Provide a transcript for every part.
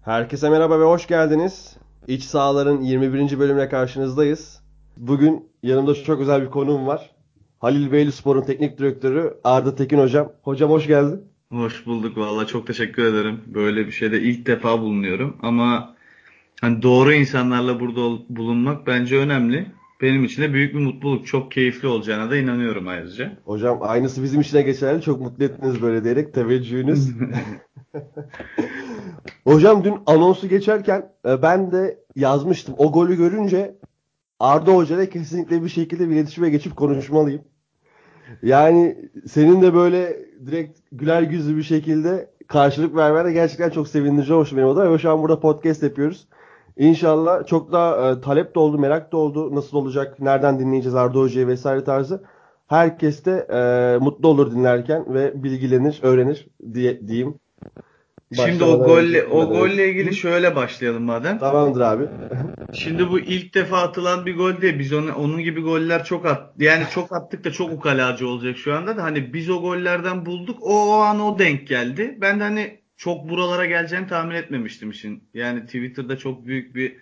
Herkese merhaba ve hoş geldiniz. İç Sahaların 21. bölümüne karşınızdayız. Bugün yanımda çok özel bir konuğum var. Halil Beylispor'un teknik direktörü Arda Tekin hocam. Hocam hoş geldin. Hoş bulduk valla çok teşekkür ederim. Böyle bir şeyde ilk defa bulunuyorum ama hani doğru insanlarla burada bulunmak bence önemli. Benim için de büyük bir mutluluk. Çok keyifli olacağına da inanıyorum ayrıca. Hocam aynısı bizim için de geçerli. Çok mutlu ettiniz böyle diyerek teveccühünüz. Hocam dün anonsu geçerken ben de yazmıştım. O golü görünce Arda Hoca ile kesinlikle bir şekilde bir iletişime geçip konuşmalıyım. Yani senin de böyle direkt güler yüzlü bir şekilde karşılık vermen de gerçekten çok sevindirici olmuş benim adına. Ve şu an burada podcast yapıyoruz. İnşallah çok da talep de oldu, merak da oldu. Nasıl olacak, nereden dinleyeceğiz Arda Hoca'yı vesaire tarzı. Herkes de mutlu olur dinlerken ve bilgilenir, öğrenir diyeyim. Şimdi Başlamadan önce, o girmeden önce. golle Hı ilgili hı. şöyle başlayalım madem. Tamamdır abi. Şimdi bu ilk defa atılan bir gol değil. Biz onun gibi goller çok yani çok attık da çok ukalacı olacak şu anda da. Hani biz o gollerden bulduk. O an o denk geldi. Ben de hani çok buralara geleceğini tahmin etmemiştim işin. Yani Twitter'da çok büyük bir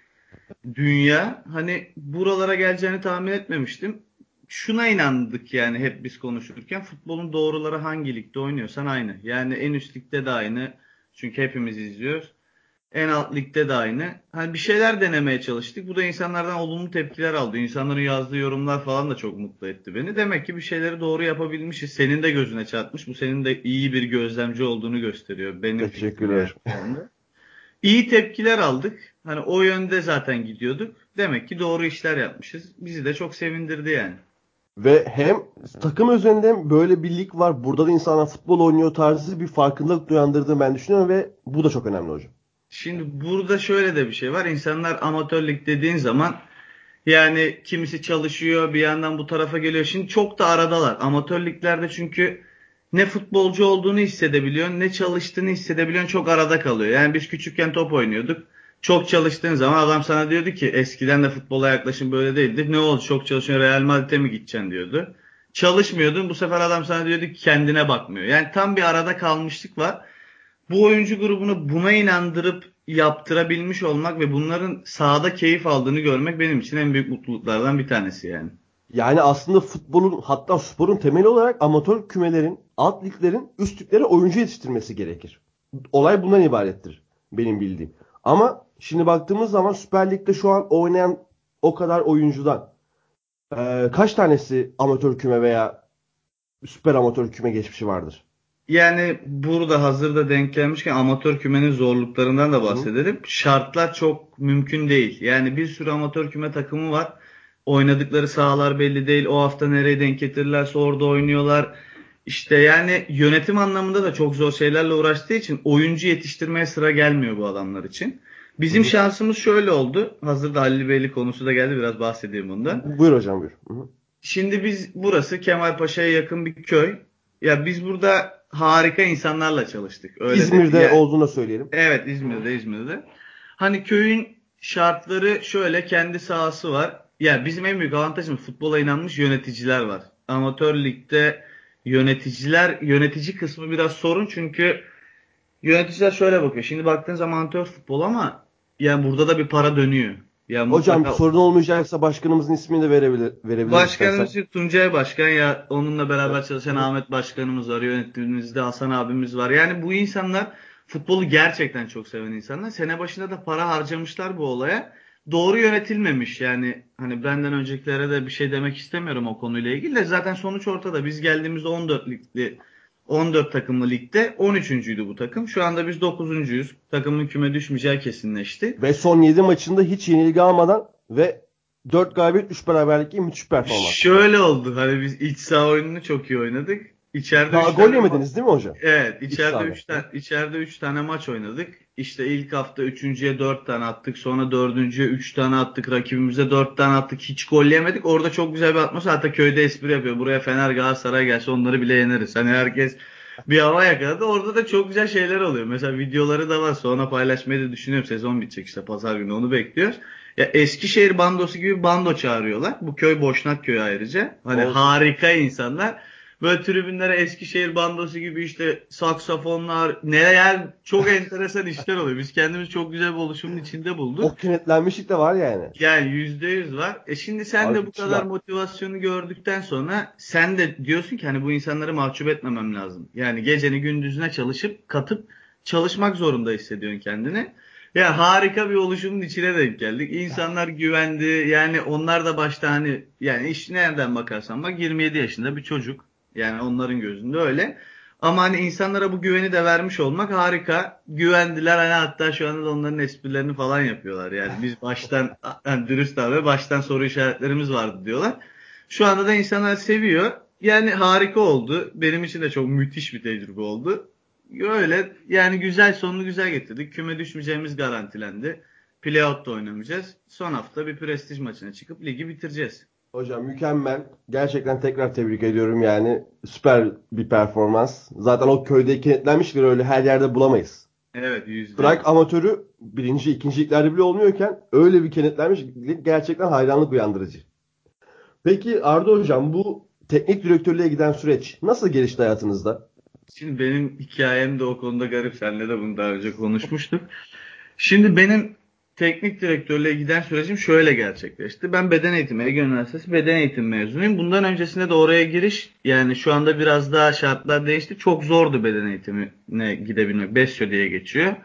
dünya. Hani buralara geleceğini tahmin etmemiştim. Şuna inandık yani hep biz konuşurken futbolun doğruları hangi ligde oynuyorsan aynı. Yani en üst ligde de aynı. Çünkü hepimiz izliyoruz. En alt ligde de aynı. Hani bir şeyler denemeye çalıştık. Bu da insanlardan olumlu tepkiler aldı. İnsanların yazdığı yorumlar falan da çok mutlu etti beni. Demek ki bir şeyleri doğru yapabilmişiz. Senin de gözüne çarpmış. Bu senin de iyi bir gözlemci olduğunu gösteriyor. Benim fikrim yani Teşekkürler. şu anda. İyi tepkiler aldık. Hani o yönde zaten gidiyorduk. Demek ki doğru işler yapmışız. Bizi de çok sevindirdi yani. Ve hem takım özelinde hem böyle bir lig var. Burada da insanlar futbol oynuyor tarzı bir farkındalık uyandırdığını ben düşünüyorum ve bu da çok önemli hocam. Şimdi burada şöyle de bir şey var. İnsanlar amatör lig dediğin zaman yani kimisi çalışıyor bir yandan bu tarafa geliyor. Şimdi çok da aradalar. Amatör liglerde çünkü ne futbolcu olduğunu hissedebiliyorsun ne çalıştığını hissedebiliyorsun. Çok arada kalıyor. Yani biz küçükken top oynuyorduk. Çok çalıştığın zaman adam sana diyordu ki eskiden de futbola yaklaşım böyle değildi. Ne oldu çok çalışıyorsun Real Madrid'e mi gideceksin diyordu. Çalışmıyordun bu sefer adam sana diyordu ki kendine bakmıyor. Yani tam bir arada kalmışlık var. Bu oyuncu grubunu buna inandırıp yaptırabilmiş olmak ve bunların sahada keyif aldığını görmek benim için en büyük mutluluklardan bir tanesi yani. Yani aslında futbolun hatta sporun temeli olarak amatör kümelerin, alt liglerin üst liglere oyuncu yetiştirmesi gerekir. Olay bundan ibarettir benim bildiğim. Ama şimdi baktığımız zaman Süper Lig'de şu an oynayan o kadar oyuncudan kaç tanesi amatör küme veya süper amatör küme geçmişi vardır? Yani burada hazırda denk gelmişken amatör kümenin zorluklarından da Hı hı. bahsedelim. Şartlar çok mümkün değil. Yani bir sürü amatör küme takımı var. Oynadıkları sahalar belli değil. O hafta nereye denk getirirlerse orada oynuyorlar. İşte yani yönetim anlamında da çok zor şeylerle uğraştığı için oyuncu yetiştirmeye sıra gelmiyor bu adamlar için. Hı Bizim hı. şansımız şöyle oldu. Hazırda Halil Beyli konusu da geldi. Biraz bahsedeyim bundan. Buyur hocam buyur. Hı hı. Şimdi biz burası Kemalpaşa'ya yakın bir köy. Ya biz burada harika insanlarla çalıştık. Öyle de. İzmir'de Ya olduğunu da söyleyelim. evet İzmir'de. Hani köyün şartları şöyle kendi sahası var. Ya bizim en büyük avantajımız futbola inanmış yöneticiler var. Amatör ligde yönetici kısmı biraz sorun çünkü yöneticiler şöyle bakıyor. Şimdi baktığın zaman amatör futbol ama yani burada da bir para dönüyor. Ya Hocam mutlaka sorun olmayacaksa başkanımızın ismini de verebiliriz başkanımız istersen. Tuncay Başkan ya onunla beraber Hı çalışan hı. Ahmet Başkanımız var, yönetimimizde Hasan abimiz var. Yani bu insanlar futbolu gerçekten çok seven insanlar. Sene başında da para harcamışlar bu olaya. Doğru yönetilmemiş yani hani benden öncekilere de bir şey demek istemiyorum o konuyla ilgili de zaten sonuç ortada. Biz geldiğimizde 14 takımlı ligde 13.'üydü bu takım. Şu anda biz 9.'uyuz. Takımın küme düşmeyeceği kesinleşti. Ve son 7 maçında hiç yenilgi almadan ve 4 galibiyet 3 beraberlikle müthiş performans. Şöyle oldu. Hani biz iç saha oyununu çok iyi oynadık. İçeride Daha 3 gol tane yemediniz değil mi hocam? evet, İç sahada. Hı. içeride 3 tane maç oynadık. İşte ilk hafta üçüncüye 4 tane attık. Sonra dördüncüye 3 tane attık. Rakibimize 4 tane attık. Hiç gol yemedik. Orada çok güzel bir atmosfer. Hatta köyde espri yapıyor. Buraya Fener Galatasaray gelse onları bile yeneriz. Hani herkes bir hava yakaladı. Orada da çok güzel şeyler oluyor. Mesela videoları da var. Sonra paylaşmayı da düşünüyorum. Sezon bitecek işte pazar günü onu bekliyoruz. Ya Eskişehir bandosu gibi bando çağırıyorlar. Bu köy Boşnak köyü ayrıca. Hani O çok iyi. harika insanlar. Böyle tribünlere Eskişehir bandosu gibi işte saksafonlar, neler çok enteresan işler oluyor. Biz kendimiz çok güzel bir oluşumun içinde bulduk. O kenetlenmişlik de var yani. Yani %100 var. Şimdi sen Abi de bu müthiş kadar var. motivasyonu gördükten sonra sen de diyorsun ki hani bu insanları mahcup etmemem lazım. Yani geceni gündüzüne çalışıp katıp çalışmak zorunda hissediyorsun kendini. Ya harika bir oluşumun içine denk geldik. İnsanlar güvendi. Yani onlar da başta hani yani iş nereden bakarsan bak 27 yaşında bir çocuk. Yani onların gözünde öyle. Ama hani insanlara bu güveni de vermiş olmak harika. Güvendiler hani hatta şu anda da onların esprilerini falan yapıyorlar. Yani biz baştan yani dürüst abi baştan soru işaretlerimiz vardı diyorlar. Şu anda da insanlar seviyor. Yani harika oldu. Benim için de çok müthiş bir tecrübe oldu. Öyle yani güzel sonunu güzel getirdik. Küme düşmeyeceğimiz garantilendi. Playout da oynamayacağız. Son hafta bir prestij maçına çıkıp ligi bitireceğiz. Hocam mükemmel. Gerçekten tekrar tebrik ediyorum yani. Süper bir performans. Zaten o köyde kenetlenmiştir, öyle her yerde bulamayız. Evet, yüzde Bırak yüz. amatörü, birinci, ikinci liglerde bile olmuyorken öyle bir kenetlenmişlik gerçekten hayranlık uyandırıcı. Peki Arda Hocam, bu teknik direktörlüğe giden süreç nasıl gelişti hayatınızda? Şimdi benim hikayem de o konuda garip. Seninle de bunu daha önce konuşmuştuk. Şimdi benim teknik direktörlüğe giden sürecim şöyle gerçekleşti. Ben beden eğitimi, Ege Üniversitesi beden eğitimi mezunuyum. Bundan öncesinde de oraya giriş yani şu anda biraz daha şartlar değişti. Çok zordu beden eğitimine gidebilmek. BESYO diye geçiyor.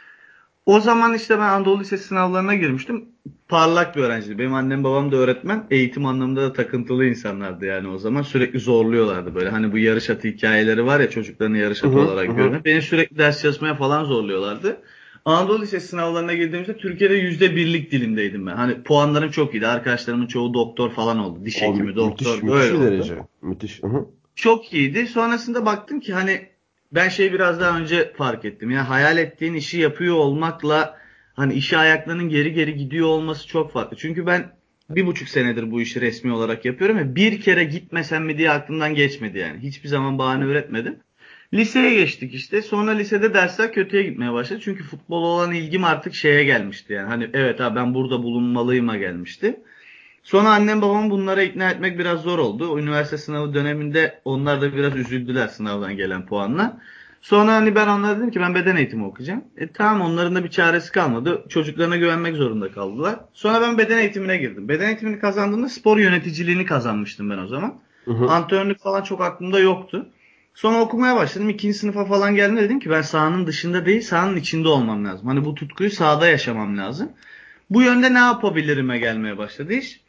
O zaman işte ben Anadolu Lisesi sınavlarına girmiştim. Parlak bir öğrenciydi. Benim annem babam da öğretmen. Eğitim anlamında da takıntılı insanlardı yani o zaman. Sürekli zorluyorlardı böyle. Hani bu yarış atı hikayeleri var ya çocuklarını yarış Hı atı hı, olarak hı. görme. Beni sürekli ders çalışmaya falan zorluyorlardı. Anadolu Lisesi sınavlarına girdiğimizde Türkiye'de %1'lik dilimdeydim ben. Hani puanlarım çok iyiydi. Arkadaşlarımın çoğu doktor falan oldu. Diş O hekimi, müthiş doktor müthiş böyle bir oldu. derece. Müthiş. Hı hı. Çok iyiydi. Sonrasında baktım ki hani ben şeyi biraz daha önce fark ettim. Ya hayal ettiğin işi yapıyor olmakla hani işi ayaklarının geri geri gidiyor olması çok farklı. Çünkü ben 1,5 senedir bu işi resmi olarak yapıyorum ve bir kere gitmesem mi diye aklımdan geçmedi yani. Hiçbir zaman bahane üretmedim. Liseye geçtik işte. Sonra lisede dersler kötüye gitmeye başladı. Çünkü futbola olan ilgim artık şeye gelmişti yani. Hani evet abi ben burada bulunmalıyıma gelmişti. Sonra annem babamı bunlara ikna etmek biraz zor oldu. O üniversite sınavı döneminde onlar da biraz üzüldüler sınavdan gelen puanla. Sonra hani ben onlara dedim ki ben beden eğitimi okuyacağım. Tamam onların da bir çaresi kalmadı. Çocuklarına güvenmek zorunda kaldılar. Sonra ben beden eğitimine girdim. Beden eğitimini kazandığımda spor yöneticiliğini kazanmıştım ben o zaman. Hı hı. Antrenörlük falan çok aklımda yoktu. Sonra okumaya başladım. İkinci sınıfa falan geldiğimde dedim ki ben sahanın dışında değil sahanın içinde olmam lazım. Hani bu tutkuyu sahada yaşamam lazım. Bu yönde ne yapabilirime gelmeye başladı iş.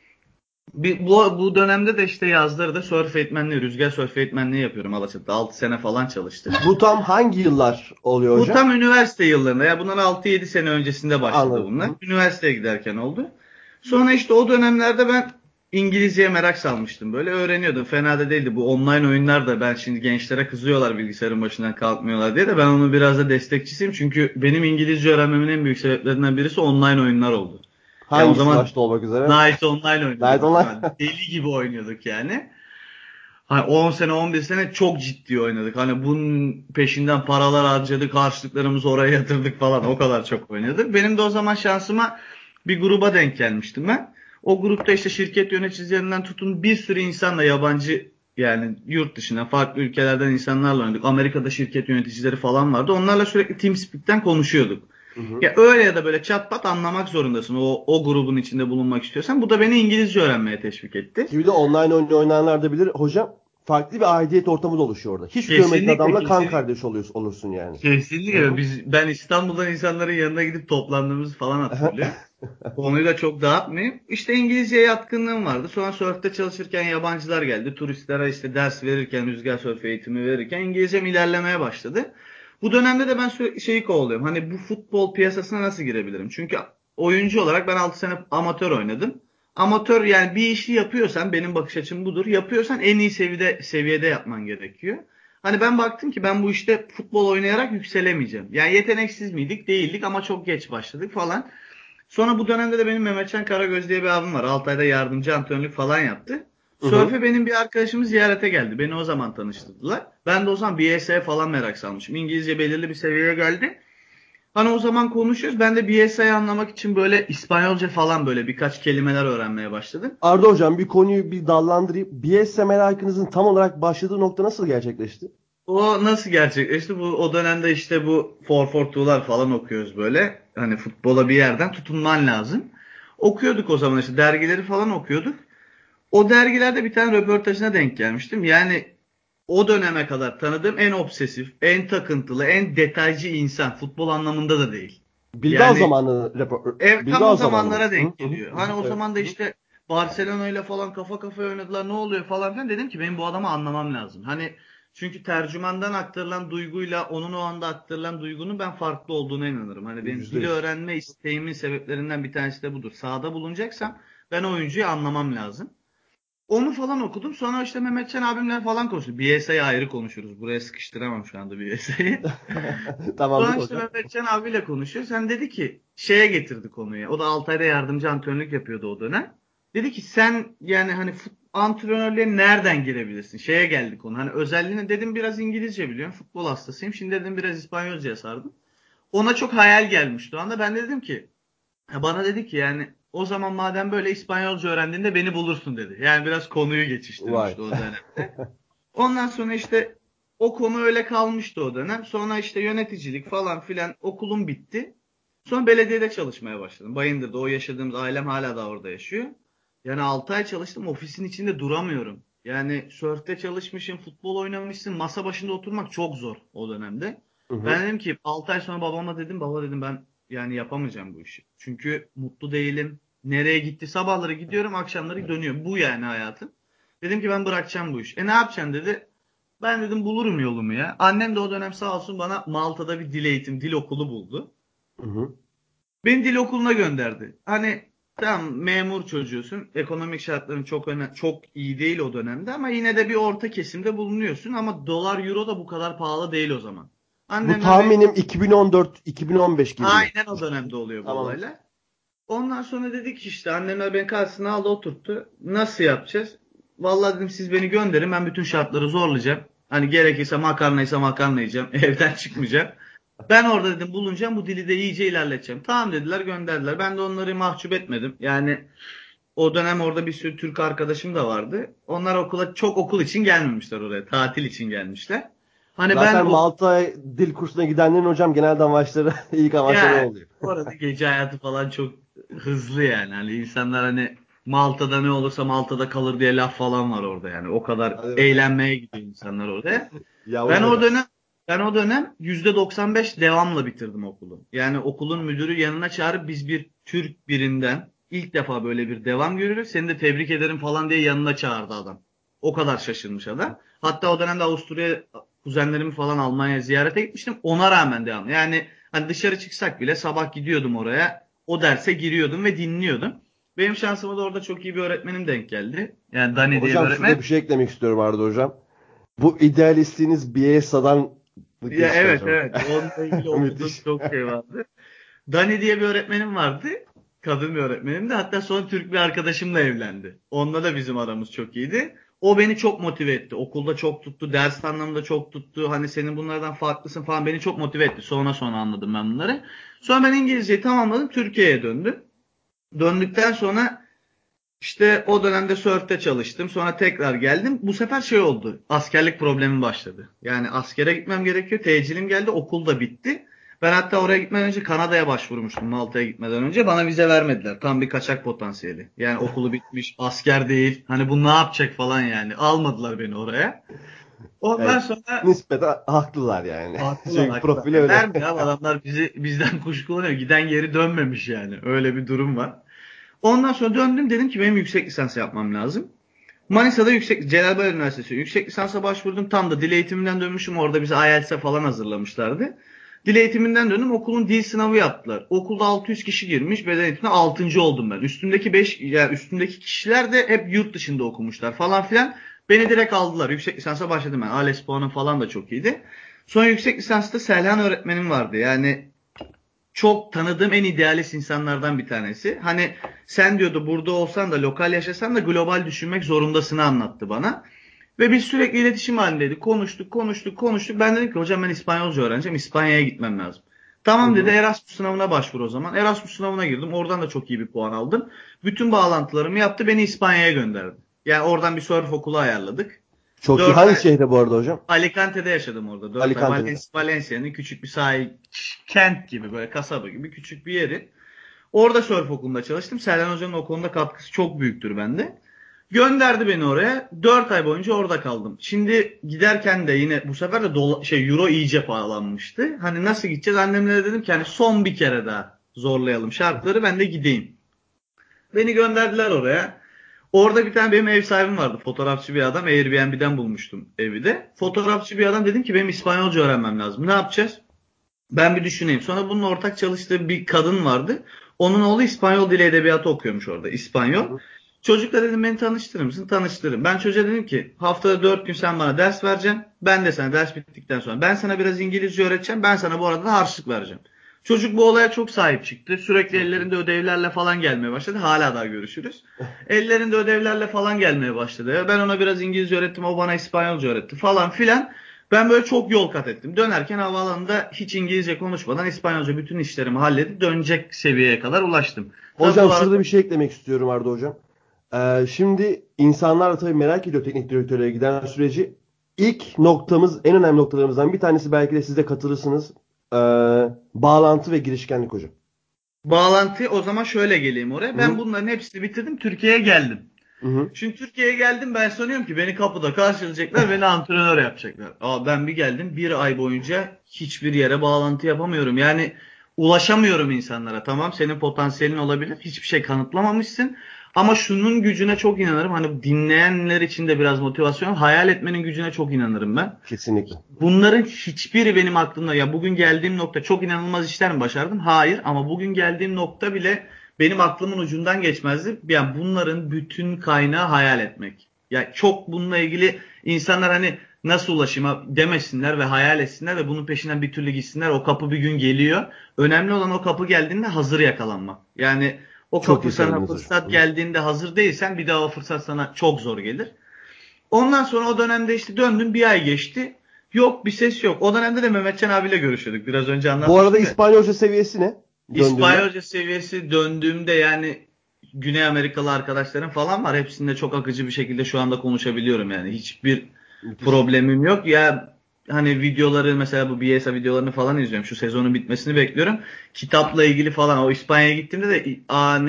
Bu dönemde de işte yazları da sörf eğitmenliği, rüzgar sörf eğitmenliği yapıyorum Alaçatı'da. 6 sene falan çalıştık. Bu tam hangi yıllar oluyor Bu hocam? tam üniversite yıllarında. Ya bundan 6-7 sene öncesinde başladı Anladım. Hı bunlar. hı. Üniversiteye giderken oldu. Sonra işte o dönemlerde ben İngilizceye merak salmıştım. Böyle öğreniyordum. Fena da değildi. Bu online oyunlar da ben şimdi gençlere kızıyorlar bilgisayarın başından kalkmıyorlar diye de ben onun biraz da destekçisiyim. Çünkü benim İngilizce öğrenmemin en büyük sebeplerinden birisi online oyunlar oldu. Yani o Hangisi zaman başta olmak üzere? Night Online oynuyorduk Night biz. Online. Yani deli gibi oynuyorduk yani. Hani 10 sene 11 sene çok ciddi oynadık. Hani bunun peşinden paralar harcadık, harçlıklarımızı oraya yatırdık falan. O kadar çok oynadık. Benim de o zaman şansıma bir gruba denk gelmiştim ben. O grupta işte şirket yöneticilerinden tutun bir sürü insanla yabancı yani yurt dışından farklı ülkelerden insanlarla oynadık. Amerika'da şirket yöneticileri falan vardı. Onlarla sürekli TeamSpeak'ten konuşuyorduk. Hı hı. Ya öyle ya da böyle çat pat anlamak zorundasın o grubun içinde bulunmak istiyorsan. Bu da beni İngilizce öğrenmeye teşvik etti. Ki bir de online oyun oynayanlar da bilir hocam. Farklı bir aidiyet ortamı da oluşuyor orada. Hiç görmediğin Kesinlikle adamla kan kesinlikle. kardeş olursun yani. Hı Kesinlikle. hı. Ben İstanbul'dan insanların yanına gidip toplandığımızı falan hatırlıyorum. Konuyu da çok dağıtmayayım. İşte İngilizceye yatkınlığım vardı. Sonra sörfte çalışırken yabancılar geldi. Turistlere işte ders verirken, rüzgar sörf eğitimi verirken İngilizcem ilerlemeye başladı. Bu dönemde de ben sürekli şeyi kovalıyorum. Hani bu futbol piyasasına nasıl girebilirim? Çünkü oyuncu olarak ben 6 sene amatör oynadım. Amatör yani bir işi yapıyorsan benim bakış açım budur. Yapıyorsan en iyi seviyede yapman gerekiyor. Hani ben baktım ki ben bu işte futbol oynayarak yükselemeyeceğim. Yani yeteneksiz miydik? Değildik ama çok geç başladık falan. Sonra bu dönemde de benim Mehmetcan Karagöz diye bir abim var. Altay'da yardımcı antrenörlük falan yaptı. Hı hı. Sörfe benim bir arkadaşımız ziyarete geldi. Beni o zaman tanıştırdılar. Ben de o zaman BS'ye falan merak salmışım. İngilizce belirli bir seviyeye geldi. Hani o zaman konuşuyoruz. Ben de BSA'yı anlamak için böyle İspanyolca falan böyle birkaç kelimeler öğrenmeye başladım. Arda hocam, bir konuyu bir dallandırayım. BS'e merakınızın tam olarak başladığı nokta nasıl gerçekleşti? O nasıl gerçekleşti? O dönemde işte bu 442'lar falan okuyoruz böyle. Hani futbola bir yerden tutunman lazım. Okuyorduk o zaman işte dergileri falan okuyorduk. O dergilerde bir tane röportajına denk gelmiştim. Yani o döneme kadar tanıdığım en obsesif, en takıntılı, en detaycı insan. Futbol anlamında da değil. Bilbao Yani zamanı tam o Bilbao zamanı mı? zamanlara Hı denk hı hı. geliyor. Hani o Evet. zaman da Hı hı. işte Barcelona ile falan kafa kafaya oynadılar. Ne oluyor falan filan. Dedim ki benim bu adamı anlamam lazım. Hani çünkü tercümandan aktarılan duyguyla onun o anda aktarılan duygunun ben farklı olduğuna inanırım. Hani benim Yüzde dili yüz. öğrenme isteğimin sebeplerinden bir tanesi de budur. Sahada bulunacaksam ben oyuncuyu anlamam lazım. Onu falan okudum. Sonra işte Mehmetcan abimle falan konuştuk. BSA'yı ayrı konuşuruz. Buraya sıkıştıramam şu anda BSA'yı. Tamamdır Sonra işte hocam. Mehmetcan abiyle konuşuyor. Sen dedi ki şeye getirdi konuyu. O da Altay'da yardımcı antrenörlük yapıyordu o dönem. Dedi ki sen yani hani antrenörlüğe nereden girebilirsin? Şeye geldi konu. Hani özelliğini dedim biraz İngilizce biliyorum. Futbol hastasıyım. Şimdi dedim biraz İspanyolcaya sardım. Ona çok hayal gelmişti o anda. Ben de dedim ki bana dedi ki yani o zaman madem böyle İspanyolca öğrendiğinde beni bulursun dedi. Yani biraz konuyu Vay. geçiştirmişti o dönemde. Ondan sonra işte o konu öyle kalmıştı o dönem. Sonra işte yöneticilik falan filan okulum bitti. Sonra belediyede çalışmaya başladım. Bayındır'da o yaşadığımız ailem hala da orada yaşıyor. Yani 6 ay çalıştım, ofisin içinde duramıyorum. Yani sörfte çalışmışım, futbol oynamışsın, masa başında oturmak çok zor o dönemde. Hı Ben hı. dedim ki 6 ay sonra babama dedim, baba dedim ben yani yapamayacağım bu işi. Çünkü mutlu değilim. Nereye gitti? Sabahları gidiyorum, akşamları dönüyorum. Bu yani hayatım. Dedim ki ben bırakacağım bu işi. Ne yapacaksın dedi. Ben dedim bulurum yolumu ya. Annem de o dönem sağ olsun bana Malta'da bir dil eğitim, dil okulu buldu. Hı hı. Beni dil okuluna gönderdi. Hani tamam memur çocuğusun. Ekonomik şartların çok iyi değil o dönemde ama yine de bir orta kesimde bulunuyorsun ama dolar euro da bu kadar pahalı değil o zaman. Bu Annemler beni tahminim 2014-2015 gibi mi? aynen o dönemde oluyor bu Tamamdır. olaylar. Ondan sonra dedik işte annemler beni karşısına aldı oturttu. Nasıl yapacağız? Vallahi dedim siz beni gönderin ben bütün şartları zorlayacağım. Hani gerekirse makarnaysa makarna yiyeceğim. Evden çıkmayacağım. Ben orada dedim bulunacağım bu dili de iyice ilerleteceğim. Tamam dediler gönderdiler. Ben de onları mahcup etmedim. Yani o dönem orada bir sürü Türk arkadaşım da vardı. Onlar okula çok okul için gelmemişler oraya. Tatil için gelmişler. Hani ben Zaten Malta dil kursuna gidenlerin hocam genelde amaçları ilk amaçları o ya oluyor. orada gece hayatı falan çok hızlı yani. Hani insanlar hani Malta'da ne olursa Malta'da kalır diye laf falan var orada yani. O kadar Hadi be. eğlenmeye gidiyor insanlar oraya. Ben o Yavrucaga. dönem ben o dönem %95 devamla bitirdim okulu. Yani okulun müdürü yanına çağırıp biz bir Türk birinden ilk defa böyle bir devam görüyoruz. Seni de tebrik ederim falan diye yanına çağırdı adam. O kadar şaşırmış adam. Hatta o dönemde Avusturya kuzenlerimi falan Almanya'ya ziyarete gitmiştim. Ona rağmen devam. Yani hani dışarı çıksak bile sabah gidiyordum oraya. O derse giriyordum ve dinliyordum. Benim şansıma da orada çok iyi bir öğretmenim denk geldi. Yani Dani diye bir Hocam öğretmen. şurada bir şey eklemek istiyorum Arda hocam. Bu idealistliğiniz Bielsa'dan mı Ya geçti evet acaba? evet. Onunla ilgili okuduğum Müthiş. çok şey vardı. Dani diye bir öğretmenim vardı. Kadın bir öğretmenim de. Hatta sonra Türk bir arkadaşımla evlendi. Onunla da bizim aramız çok iyiydi. O beni çok motive etti. Okulda çok tuttu. Ders anlamında çok tuttu. Hani senin bunlardan farklısın falan beni çok motive etti. Sonra anladım ben bunları. Sonra ben İngilizceyi tamamladım. Türkiye'ye döndüm. Döndükten sonra işte o dönemde sörfte çalıştım. Sonra tekrar geldim. Bu sefer şey oldu. Askerlik problemi başladı. Yani askere gitmem gerekiyor. Tecilim geldi. Okul da bitti. Ben hatta oraya gitmeden önce Kanada'ya başvurmuştum. Malta'ya gitmeden önce. Bana vize vermediler. Tam bir kaçak potansiyeli. Yani okulu bitmiş. Asker değil. Hani bu ne yapacak falan yani. Almadılar beni oraya. Ondan Evet. sonra Nispeten haklılar yani. haklılar Çünkü haklılar. profil Ya öyle. vermiyor abi. Adamlar bizden kuşkulanıyor. Giden geri dönmemiş yani. Öyle bir durum var. Ondan sonra döndüm dedim ki benim yüksek lisans yapmam lazım. Manisa'da Celal Üniversitesi yüksek lisansa başvurdum. Tam da dil eğitiminden dönmüşüm. Orada bizi IELTS'e falan hazırlamışlardı. Dil eğitiminden döndüm. Okulun dil sınavı yaptılar. Okulda 600 kişi girmiş. Beden eğitiminde 6. oldum ben. Üstümdeki kişiler de hep yurt dışında okumuşlar falan filan. Beni direkt aldılar. Yüksek lisansa başladım ben. ALES puanım falan da çok iyiydi. Sonra yüksek lisansta Selhan öğretmenim vardı. Yani çok tanıdığım en idealist insanlardan bir tanesi. Hani sen diyordu burada olsan da lokal yaşasan da global düşünmek zorundasını anlattı bana. Ve biz sürekli iletişim halindeydik. Konuştuk. Ben dedim ki hocam ben İspanyolca öğreneceğim. İspanya'ya gitmem lazım. Tamam dedi, hı. Erasmus sınavına başvur o zaman. Erasmus sınavına girdim. Oradan da çok iyi bir puan aldım. Bütün bağlantılarımı yaptı. Beni İspanya'ya gönderdi. Yani oradan bir surf okulu ayarladık. Çok iyi. 4 Hangi ay şehre bu arada hocam? Alicante'de yaşadım orada. 4 ay. Alicante'de. Valencia'nın küçük bir sahil kent gibi, böyle kasaba gibi küçük bir yeri. Orada surf okulunda çalıştım. Serhan Hoca'nın o konuda katkısı çok büyüktür bende. Gönderdi beni oraya. 4 ay boyunca orada kaldım. Şimdi giderken de yine bu sefer de euro iyice pahalanmıştı. Hani nasıl gideceğiz? Annemlere dedim ki hani son bir kere daha zorlayalım şartları, ben de gideyim. Beni gönderdiler oraya. Orada bir tane benim ev sahibim vardı. Fotoğrafçı bir adam. Airbnb'den bulmuştum evi de. Fotoğrafçı bir adam, dedim ki benim İspanyolca öğrenmem lazım. Ne yapacağız? Ben bir düşüneyim. Sonra bunun ortak çalıştığı bir kadın vardı. Onun oğlu İspanyol dili edebiyatı okuyormuş orada. Hı İspanyol. hı. Çocukla dedim beni tanıştırır mısın? Tanıştırırım. Ben çocuğa dedim ki haftada 4 gün sen bana ders vereceksin. Ben de sana ders bittikten sonra ben sana biraz İngilizce öğreteceğim. Ben sana bu arada da harçlık vereceğim. Çocuk bu olaya çok sahip çıktı. Sürekli Çok iyi. ellerinde ödevlerle falan gelmeye başladı. Hala daha görüşürüz. Ellerinde ödevlerle falan gelmeye başladı. Ben ona biraz İngilizce öğrettim. O bana İspanyolca öğretti falan filan. Ben böyle çok yol kat ettim. Dönerken havaalanında hiç İngilizce konuşmadan İspanyolca bütün işlerimi halledip dönecek seviyeye kadar ulaştım. Tabi Hocam bu arada şurada bir şey eklemek istiyorum Arda hocam. Şimdi insanlar da tabii merak ediyor teknik direktörlere giden süreci. İlk noktamız, en önemli noktalarımızdan bir tanesi, belki de siz de katılırsınız. Ee, Bağlantı ve girişkenlik hocam. bağlantı, o zaman şöyle geleyim Hı oraya. Ben hı. bunların hepsini bitirdim. Türkiye'ye geldim. Hı hı. Şimdi Türkiye'ye geldim, ben sanıyorum ki beni kapıda karşılayacaklar, beni antrenör yapacaklar. Ben bir geldim, bir ay boyunca hiçbir yere bağlantı yapamıyorum. Yani ulaşamıyorum insanlara. Tamam, senin potansiyelin olabilir. Hiçbir şey kanıtlamamışsın. Ama şunun gücüne çok inanırım. Hani dinleyenler için de biraz motivasyon. Hayal etmenin gücüne çok inanırım ben. Kesinlikle. Bunların hiçbiri benim aklımda. Ya bugün geldiğim nokta, çok inanılmaz işler mi başardım? Hayır, ama bugün geldiğim nokta bile benim aklımın ucundan geçmezdi. Yani bunların bütün kaynağı hayal etmek. Ya çok bununla ilgili insanlar hani nasıl ulaşıma demesinler ve hayal etsinler ve bunun peşinden bir türlü gitsinler. O kapı bir gün geliyor. Önemli olan o kapı geldiğinde hazır yakalanmak. Yani o Çok kapı iyi sana, söylediniz hocam. fırsat Hı hı. geldiğinde hazır değilsen, bir daha o fırsat sana çok zor gelir. Ondan sonra o dönemde işte döndüm, bir ay geçti. Yok, bir ses yok. O dönemde de Mehmetcan abiyle görüşüyorduk. Biraz önce Bu arada anlatmıştım ya. İspanyolca seviyesi ne döndüğünde? İspanyolca seviyesi döndüğümde yani Güney Amerikalı arkadaşlarım falan var. Hepsinde çok akıcı bir şekilde şu anda konuşabiliyorum yani. Hiçbir Müthiş. problemim yok. Ya hani videoları, mesela bu Bielsa videolarını falan izliyorum. Şu sezonun bitmesini bekliyorum. Kitapla ilgili falan, o İspanya'ya gittiğimde de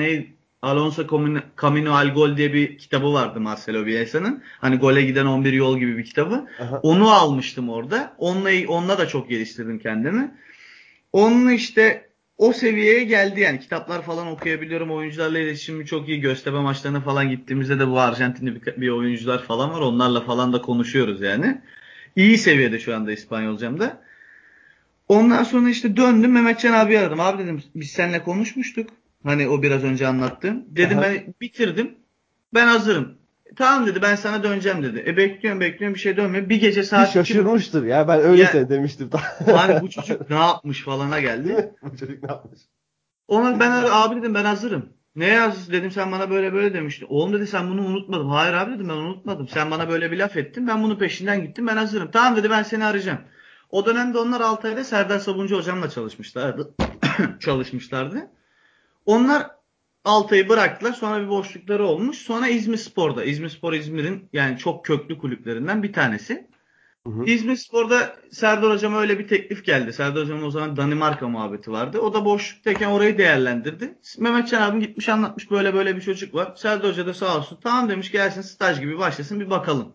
Alonso Camino al Gol diye bir kitabı vardı Marcelo Bielsa'nın. Hani gole giden 11 yol gibi bir kitabı. Aha. Onu almıştım orada. Onunla da çok geliştirdim kendimi. Onunla işte o seviyeye geldi yani. Kitaplar falan okuyabiliyorum. Oyuncularla iletişimim çok iyi. Göztepe maçlarına falan gittiğimizde de bu Arjantinli bir oyuncular falan var. Onlarla falan da konuşuyoruz yani. İyi seviyede şu anda İspanyolcamda. Ondan sonra işte döndüm, Mehmetcan abi aradım. Abi dedim, biz seninle konuşmuştuk. Hani o biraz önce anlattığım. Dedim Aha. ben bitirdim. Ben hazırım. Tamam dedi, ben sana döneceğim dedi. Bekliyorum bir şey dönmüyor. Bir gece Ki saat 2:30. şaşırmıştır ya, ben Ya öylesine demiştim. hani bu çocuk ne yapmış falana Değil geldi. mi? Bu çocuk ne yapmış? Ona ben abi dedim, ben hazırım. Ne yaz dedim, sen bana böyle böyle demiştin. Oğlum dedi, sen bunu unutmadım. Hayır abi dedim, ben unutmadım. Sen bana böyle bir laf ettin. Ben bunun peşinden gittim. Ben hazırım. Tamam dedi, ben seni arayacağım. O dönemde onlar Altay'da Serdar Sabuncu hocamla çalışmışlardı. çalışmışlardı. Onlar Altay'ı bıraktılar. Sonra bir boşlukları olmuş. Sonra İzmirspor'da. İzmirspor İzmir'in yani çok köklü kulüplerinden bir tanesi. Hı hı. İzmirspor'da Serdar Hocam'a öyle bir teklif geldi. Serdar Hocam'ın o zaman Danimarka muhabbeti vardı. O da boşluktayken orayı değerlendirdi. Mehmetcan abim gitmiş anlatmış, böyle böyle bir çocuk var. Serdar Hoca da sağ olsun. Tamam demiş, gelsin staj gibi başlasın, bir bakalım.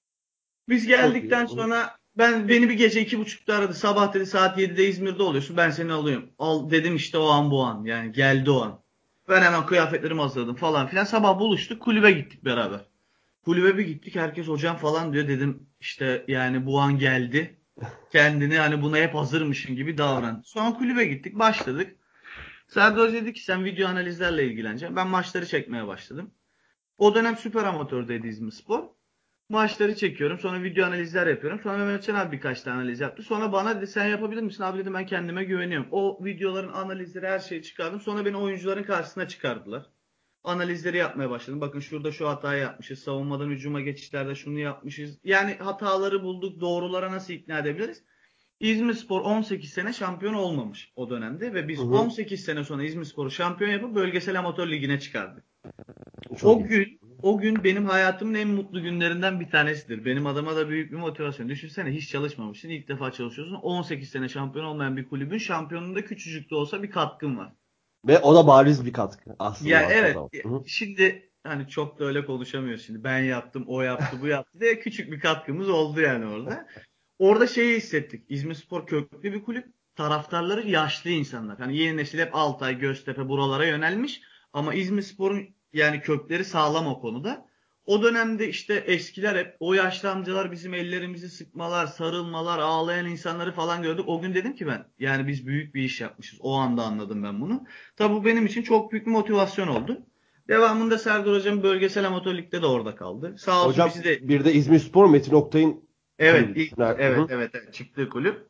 Biz Çok iyi. geldikten Hı hı. sonra beni bir gece 2:30'da aradı. Sabah dedi saat 7'de İzmir'de oluyorsun. Ben seni alıyorum. Al dedim, işte o an bu an. Yani geldi o an. Ben hemen kıyafetlerimi hazırladım falan filan. Sabah buluştuk, kulübe gittik beraber. Kulübe bir gittik, herkes hocam falan diyor. Dedim işte yani bu an geldi. Kendini hani buna hep hazırmışım gibi davran. Sonra kulübe gittik, başladık. Serdar Hoca dedi ki sen video analizlerle ilgileneceksin. Ben maçları çekmeye başladım. O dönem süper amatördeydi İzmirspor. Maçları çekiyorum. Sonra video analizler yapıyorum. Sonra Mehmetcan abi birkaç tane analiz yaptı. Sonra bana dedi sen yapabilir misin? Abi dedim, ben kendime güveniyorum. O videoların analizleri, her şeyi çıkardım. Sonra beni oyuncuların karşısına çıkardılar. Analizleri yapmaya başladım. Bakın şurada şu hatayı yapmışız. Savunmadan hücuma geçişlerde şunu yapmışız. Yani hataları bulduk. Doğrulara nasıl ikna edebiliriz? İzmirspor 18 sene şampiyon olmamış o dönemde ve biz Hı hı. 18 sene sonra İzmirspor'u şampiyon yapıp bölgesel amatör ligine çıkardık. Çok iyi. O gün benim hayatımın en mutlu günlerinden bir tanesidir. Benim adıma da büyük bir motivasyon. Düşünsene hiç çalışmamışsın, ilk defa çalışıyorsun. 18 sene şampiyon olmayan bir kulübün şampiyonluğunda küçücük de olsa bir katkın var. Ve o da bariz bir katkı aslında Ya baktığın evet, zaman. Hı hı. şimdi hani çok da öyle konuşamıyoruz şimdi. Ben yaptım, o yaptı, bu yaptı diye küçük bir katkımız oldu yani orada. Orada şeyi hissettik. İzmirspor köklü bir kulüp. Taraftarları yaşlı insanlar. Hani yeni nesil hep Altay, Göztepe buralara yönelmiş. Ama İzmirspor'un yani kökleri sağlam o konuda. O dönemde işte eskiler hep o yaşlı amcalar bizim ellerimizi sıkmalar, sarılmalar, ağlayan insanları falan gördük. O gün dedim ki ben yani biz büyük bir iş yapmışız. O anda anladım ben bunu. Tabi bu benim için çok büyük bir motivasyon oldu. Devamında Serdar Hocam bölgesel amatör ligde de orada kaldı. Sağ olsun Hocam bizi de bir de İzmirspor Metin Oktay'ın evet kulübü. ilk Hı hı. evet çıktığı kulüp.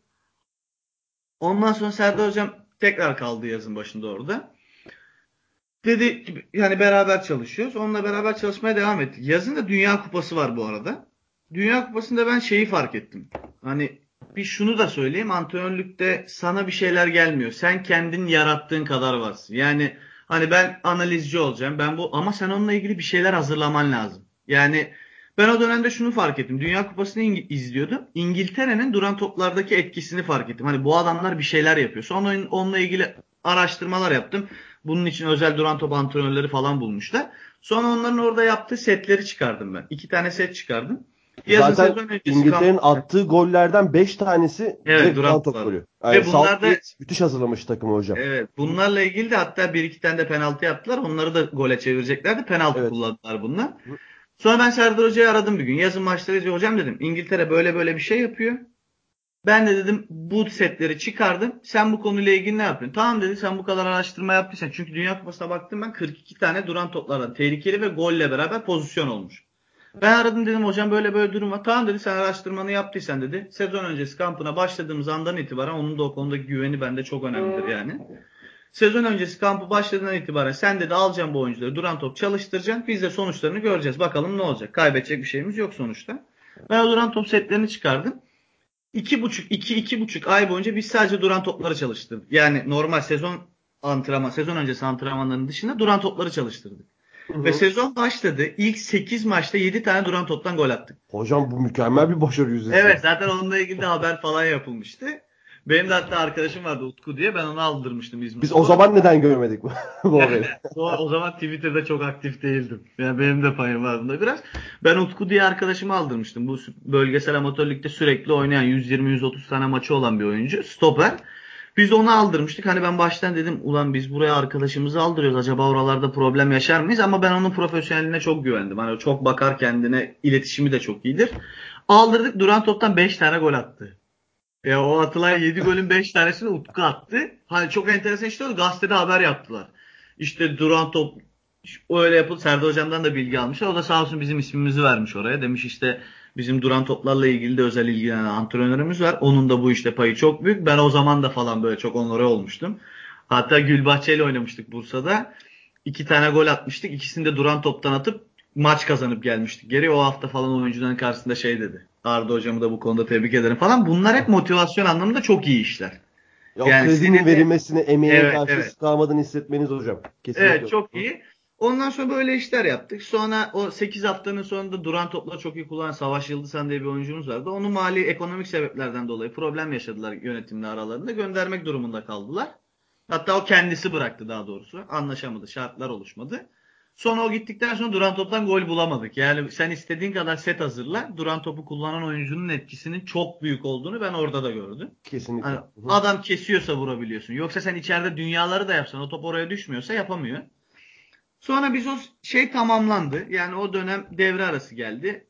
Ondan sonra Serdar Hocam tekrar kaldı yazın başında orada. Dedi ki yani beraber çalışıyoruz. Onunla beraber çalışmaya devam ettik. Yazın da Dünya Kupası var bu arada. Dünya Kupası'nda ben şeyi fark ettim. Hani bir şunu da söyleyeyim. Antrenörlükte sana bir şeyler gelmiyor. Sen kendin yarattığın kadar varsın. Yani hani ben analizci olacağım. Ben bu ama sen onunla ilgili bir şeyler hazırlaman lazım. Yani ben o dönemde şunu fark ettim. Dünya Kupası'nı izliyordum. İngiltere'nin duran toplardaki etkisini fark ettim. Hani bu adamlar bir şeyler yapıyor. Sonra onunla ilgili araştırmalar yaptım. Bunun için özel duran top antrenörleri falan bulmuşlar. Sonra onların orada yaptığı setleri çıkardım ben. 2 tane set çıkardım. Yazın Zaten sezon öncesi İngiltere'nin kampında. attığı gollerden 5 tanesi Evet, direkt duran duran top toplar. golü. Yani Ve bunlar da Southgate müthiş hazırlamış takımı hocam. evet, bunlarla ilgili de hatta bir iki tane de penaltı yaptılar. Onları da gole çevireceklerdi. Penaltı Evet. kullandılar bunlar. Hı. Sonra ben Serdar Hoca'yı aradım bir gün. Yazın maçları izliyor. Hocam dedim İngiltere böyle böyle bir şey yapıyor. Ben de dedim bu setleri çıkardım. Sen bu konuyla ilgili ne yapıyorsun? Tamam dedi, sen bu kadar araştırma yaptıysan. Çünkü Dünya Kupası'na baktım ben 42 tane duran toplardan tehlikeli ve golle beraber pozisyon olmuş. Ben aradım dedim hocam böyle böyle durum var. Tamam dedi, sen araştırmanı yaptıysan dedi. Sezon öncesi kampına başladığımız andan itibaren onun da o konudaki güveni bende çok önemlidir yani. Sezon öncesi kampı başladığından itibaren sen dedi alacaksın bu oyuncuları duran top çalıştıracaksın. Biz de sonuçlarını göreceğiz. Bakalım ne olacak. Kaybedecek bir şeyimiz yok sonuçta. Ben o duran top setlerini çıkardım. 2,5 ay boyunca biz sadece duran topları çalıştırdık. Yani normal sezon öncesi antrenmanların dışında duran topları çalıştırdık. Hı Ve hı. sezon başladı. İlk 8 maçta 7 tane duran toptan gol attık. Hocam bu mükemmel bir başarı yüzdesi. Evet, zaten onunla ilgili de haber falan yapılmıştı. Benim de hatta arkadaşım vardı Utku diye, ben onu aldırmıştım Biz o İzmirspor'a. zaman neden görmedik bu Yani haberi? o zaman Twitter'da çok aktif değildim. Yani benim de payım var bunda biraz. Ben Utku diye arkadaşımı aldırmıştım. Bu bölgesel amatör ligde sürekli oynayan 120-130 tane maçı olan bir oyuncu. Stoper. Biz onu aldırmıştık. Hani ben baştan dedim ulan biz buraya arkadaşımızı aldırıyoruz. Acaba oralarda problem yaşar mıyız? Ama ben onun profesyonelliğine çok güvendim. Hani çok bakar kendine, iletişimi de çok iyidir. Aldırdık, duran toptan 5 tane gol attı. Ya o atılan 7 golün 5 tanesini Utku attı. Hani çok enteresan işte oldu. Gazetede haber yaptılar. İşte duran top öyle yapıldı. Serdar Hocam'dan da bilgi almışlar. O da sağ olsun bizim ismimizi vermiş oraya. Demiş işte bizim duran toplarla ilgili de özel ilgilenen antrenörümüz var. Onun da bu işte payı çok büyük. Ben o zaman da falan böyle çok onore olmuştum. Hatta Gülbahçe ile oynamıştık Bursa'da. 2 tane gol atmıştık. İkisini de duran toptan atıp maç kazanıp gelmiştik. Geri o hafta falan oyuncuların karşısında şey dedi. Arda hocamı da bu konuda tebrik ederim falan. Bunlar hep motivasyon anlamında çok iyi işler. Ya o Yani kredinin senin de verilmesini, emeğinin evet evet. karşılıksız kalmadığını hissetmeniz hocam. Kesinlikle. Evet, çok iyi. Ondan sonra böyle işler yaptık. Sonra o 8 haftanın sonunda duran topları çok iyi kullanan Savaş Yıldızhan diye bir oyuncumuz vardı. Onu mali ekonomik sebeplerden dolayı problem yaşadılar yönetimle aralarında. Göndermek durumunda kaldılar. Hatta o kendisi bıraktı daha doğrusu. Anlaşamadı, şartlar oluşmadı. Sonra o gittikten sonra duran toptan gol bulamadık. Yani sen istediğin kadar set hazırla. Duran topu kullanan oyuncunun etkisinin çok büyük olduğunu ben orada da gördüm. Kesinlikle. Hani Hı hı. adam kesiyorsa vurabiliyorsun. Yoksa sen içeride dünyaları da yapsan o top oraya düşmüyorsa yapamıyor. Sonra biz o şey tamamlandı. Yani o dönem devre arası geldi.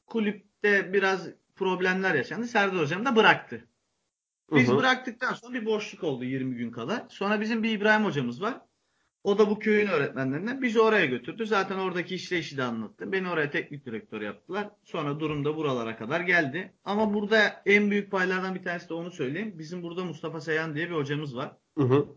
Kulüpte biraz problemler yaşandı. Serdar Hocam da bıraktı. Hı Biz hı. bıraktıktan sonra bir boşluk oldu 20 gün kadar. Sonra bizim bir İbrahim hocamız var. O da bu köyün öğretmenlerinden. Bizi oraya götürdü. Zaten oradaki işleyişi de anlattı. Beni oraya teknik direktör yaptılar. Sonra durum da buralara kadar geldi. Ama burada en büyük paylardan bir tanesi de onu söyleyeyim. Bizim burada Mustafa Seyhan diye bir hocamız var. Hı hı.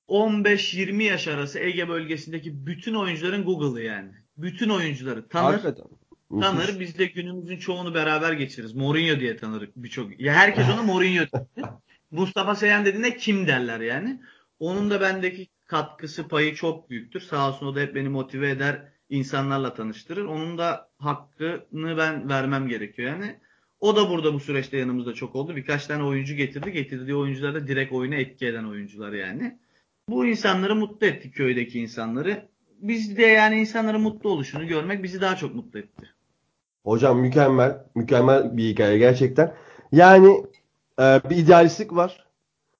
15-20 yaş arası Ege bölgesindeki bütün oyuncuların Google'ı yani. Bütün oyuncuları tanır. Hakikaten. tanır. Müthiş. Biz de günümüzün çoğunu beraber geçiririz. Mourinho diye tanır birçok. Ya herkes ona Mourinho der. Mustafa Seyhan dediğinde kim derler yani. Onun da bendeki katkısı payı çok büyüktür. Sağ olsun o da hep beni motive eder, insanlarla tanıştırır. Onun da hakkını ben vermem gerekiyor yani. O da burada bu süreçte yanımızda çok oldu. Birkaç tane oyuncu getirdi. Getirdiği oyuncular da direkt oyuna etki eden oyuncular yani. Bu insanları mutlu ettik, köydeki insanları. Biz de yani insanların mutlu oluşunu görmek bizi daha çok mutlu etti. Hocam mükemmel. Mükemmel bir hikaye gerçekten. Yani bir idealistlik var.